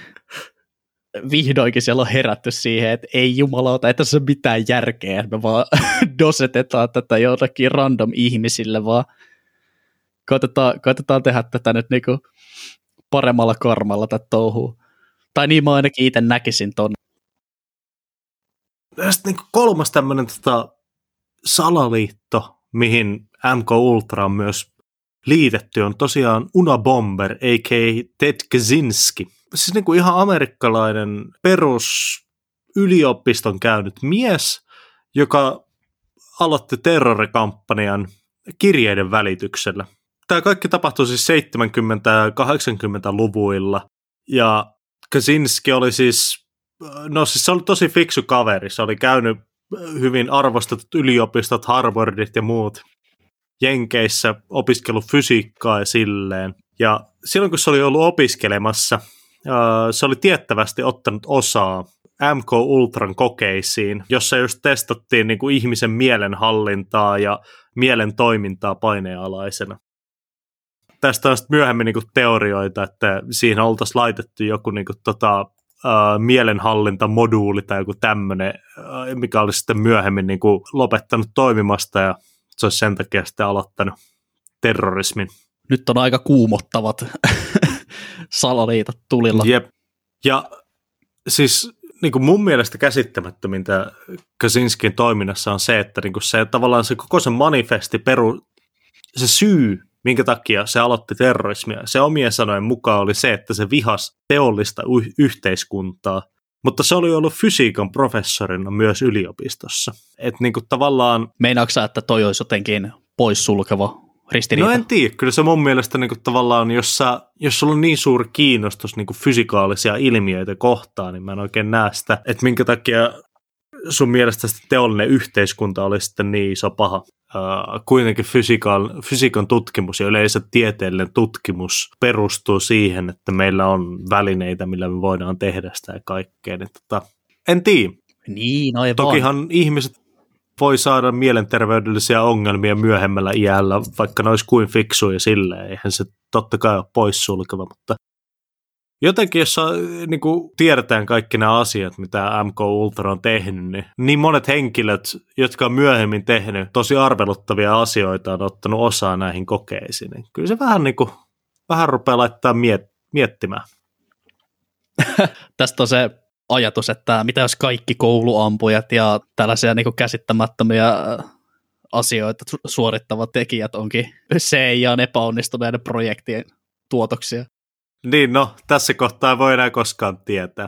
vihdoinkin siellä on herätty siihen, että ei jumalauta, ei tässä ole mitään järkeä, että me vaan dosetetaan tätä jotakin random ihmisille, vaan koitetaan tehdä tätä nyt paremmalla karmalla tätä touhua. Tai niin mä ainakin itse näkisin ton. Sitten kolmas tämmöinen salaliitto, mihin MK-Ultra on myös liitetty, on tosiaan Unabomber, a.k.a. Ted Kaczynski. Siis ihan amerikkalainen yliopiston käynyt mies, joka aloitti terrorikampanjan kirjeiden välityksellä. Tämä kaikki tapahtui siis 70- ja 80-luvuilla, ja Kaczynski oli siis se oli tosi fiksu kaveri, se oli käynyt hyvin arvostetut yliopistot, Harvardit ja muut Jenkeissä, opiskellut fysiikkaa ja silleen. Ja silloin kun se oli ollut opiskelemassa, se oli tiettävästi ottanut osaa MK-Ultran kokeisiin, jossa just testattiin ihmisen mielenhallintaa ja mielen toimintaa paineenalaisena. Tästä on sitten myöhemmin teorioita, että siinä oltaisiin laitettu joku mielenhallintamoduuli tai joku tämmöinen, mikä olisi sitten myöhemmin lopettanut toimimasta ja se olisi sen takia sitten aloittanut terrorismin. Nyt on aika kuumottavat salaliitot tulilla. Jep. Ja siis mun mielestä käsittämättömintä Kaczynskin toiminnassa on se, että se tavallaan se koko se manifesti se syy, minkä takia se aloitti terrorismia, se omien sanojen mukaan oli se, että se vihasi teollista yhteiskuntaa, mutta se oli ollut fysiikan professorina myös yliopistossa. Että tavallaan... Meinaatko sä, että toi olisi jotenkin poissulkeva ristiriita? No en tiedä, kyllä se mun mielestä tavallaan, jos sulla on niin suuri kiinnostus fysikaalisia ilmiöitä kohtaan, niin mä en oikein näe sitä, että minkä takia sun mielestä teollinen yhteiskunta oli sitten niin iso paha. Kuitenkin fysiikan tutkimus ja yleensä tieteellinen tutkimus perustuu siihen, että meillä on välineitä, millä me voidaan tehdä sitä ja kaikkea. Niin en tiedä. Niin, aivan. Tokihan ihmiset voi saada mielenterveydellisiä ongelmia myöhemmällä iällä, vaikka ne olisi kuin fiksuja silleen. Eihän se totta kai ole poissulkeva, mutta jotenkin, jos niin kuin tiedetään kaikki nämä asiat, mitä MK Ultra on tehnyt, niin monet henkilöt, jotka on myöhemmin tehnyt tosi arveluttavia asioita, on ottanut osaa näihin kokeisiin. Niin kyllä se vähän rupeaa laittaa miettimään. Tästä on se ajatus, että mitä jos kaikki kouluampujat ja tällaisia niin kuin käsittämättömiä asioita suorittavat tekijät onkin CIA:n epäonnistuneiden projektien tuotoksia. Niin, no, tässä kohtaa ei voi enää koskaan tietää.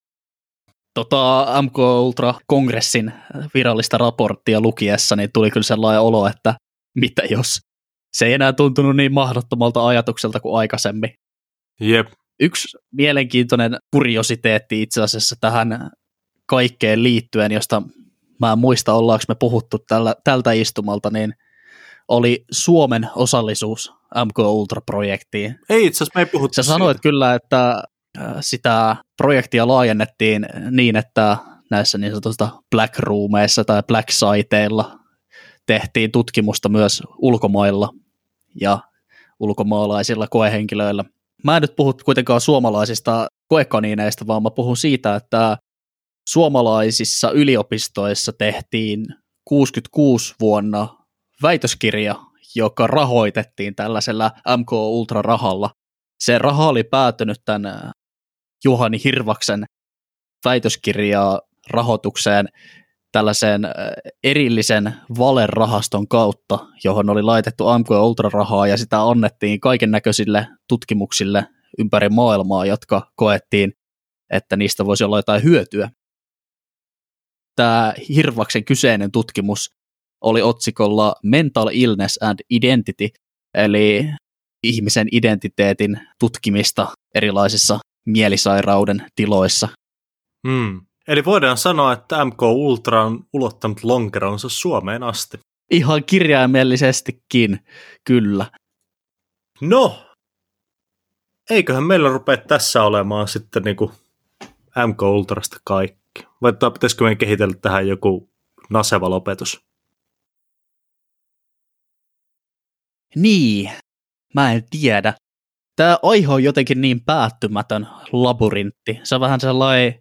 MK Ultra-kongressin virallista raporttia lukiessa, niin tuli kyllä sellainen olo, että mitä jos. Se ei enää tuntunut niin mahdottomalta ajatukselta kuin aikaisemmin. Jep. Yksi mielenkiintoinen kuriositeetti itse asiassa tähän kaikkeen liittyen, josta mä en muista, ollaanko me puhuttu tältä istumalta, niin oli Suomen osallisuus MK Ultra-projektiin. Ei itse asiassa, me ei puhuttu Sä sanoit kyllä, että sitä projektia laajennettiin niin, että näissä niin sanotusta black roomeissa tai black siteilla tehtiin tutkimusta myös ulkomailla ja ulkomaalaisilla koehenkilöillä. Mä en nyt puhu kuitenkaan suomalaisista koekaniineista, vaan mä puhun siitä, että suomalaisissa yliopistoissa tehtiin 66 vuonna väitöskirja, joka rahoitettiin tällaisella MK Ultra-rahalla. Se raha oli päätynyt tämän Juhani Hirvaksen väitöskirjaa rahoitukseen tällaisen erillisen valerahaston kautta, johon oli laitettu MK Ultra-rahaa ja sitä annettiin kaiken näköisille tutkimuksille ympäri maailmaa, jotka koettiin, että niistä voisi olla jotain hyötyä. Tämä Hirvaksen kyseinen tutkimus oli otsikolla Mental Illness and Identity, eli ihmisen identiteetin tutkimista erilaisissa mielisairauden tiloissa. Eli voidaan sanoa, että MK Ultra on ulottanut lonkeronsa Suomeen asti. Ihan kirjaimellisestikin, kyllä. No, eiköhän meillä rupea tässä olemaan sitten niinku MK Ultrasta kaikki. Vai pitäisikö meidän kehitellä tähän joku naseva lopetus? Niin, mä en tiedä. Tämä aihe on jotenkin niin päättymätön labyrintti. Se on vähän sellainen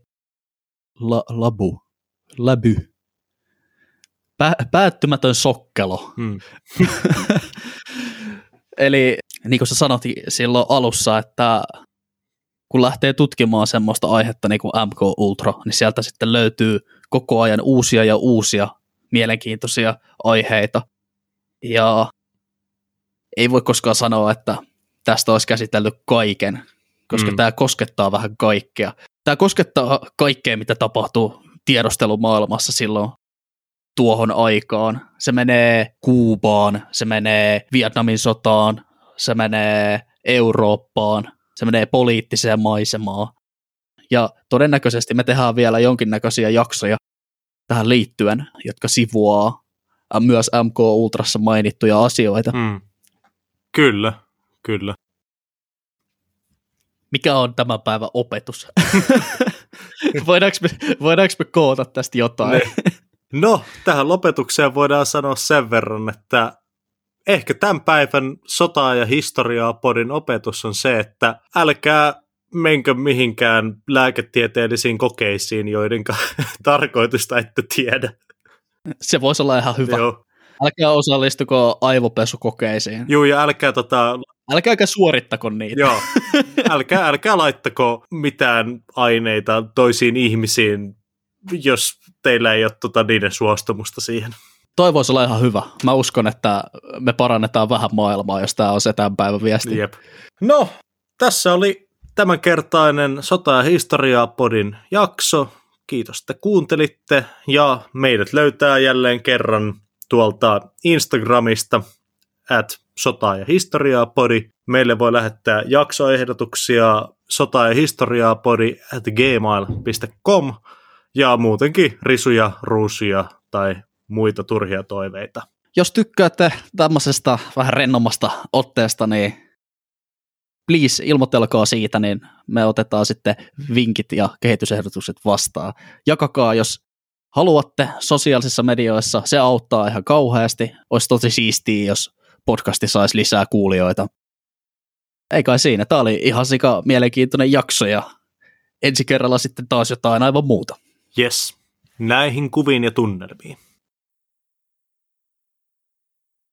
läby. Päättymätön sokkelo. Eli niin kuin sä sanot silloin alussa, että kun lähtee tutkimaan semmoista aihetta niin kuin MK Ultra, niin sieltä sitten löytyy koko ajan uusia ja uusia mielenkiintoisia aiheita. Ja ei voi koskaan sanoa, että tästä olisi käsitelty kaiken, koska tämä koskettaa vähän kaikkea. Tämä koskettaa kaikkea, mitä tapahtuu tiedustelumaailmassa silloin tuohon aikaan. Se menee Kuubaan, se menee Vietnamin sotaan, se menee Eurooppaan, se menee poliittiseen maisemaan. Ja todennäköisesti me tehdään vielä jonkinnäköisiä jaksoja tähän liittyen, jotka sivuaa myös MK Ultrassa mainittuja asioita. Kyllä, kyllä. Mikä on tämän päivän opetus? Voidaanko me koota tästä jotain? No, tähän lopetukseen voidaan sanoa sen verran, että ehkä tämän päivän sotaa ja historiaa podin opetus on se, että älkää menkö mihinkään lääketieteellisiin kokeisiin, joiden tarkoitusta ette tiedä. Se voisi olla ihan hyvä. Joo. Älkää osallistuko aivopesukokeisiin. Joo, ja älkää älkääkä suorittako niitä. Joo, älkää laittako mitään aineita toisiin ihmisiin, jos teillä ei ole niiden suostumusta siihen. Toi voisi olla ihan hyvä. Mä uskon, että me parannetaan vähän maailmaa, jos tämä on se tämän päivän viesti. Jep. No, tässä oli tämänkertainen Sota ja historiaa podin jakso. Kiitos, että kuuntelitte, ja meidät löytää jälleen kerran tuolta Instagramista @sota ja historiaa podi. Meille voi lähettää jaksoehdotuksia sotajahistoriaapodi@gmail.com, Ja muutenkin risuja, ruusuja tai muita turhia toiveita. Jos tykkäätte tämmöisestä vähän rennommasta otteesta, niin please ilmoittelkaa siitä, niin me otetaan sitten vinkit ja kehitysehdotukset vastaan. Jakakaa, jos haluatte sosiaalisissa medioissa, se auttaa ihan kauheasti. Olisi tosi siistiä, jos podcasti saisi lisää kuulijoita. Ei kai siinä, tämä oli ihan sika mielenkiintoinen jakso ja ensi kerralla sitten taas jotain aivan muuta. Yes, näihin kuviin ja tunnelmiin.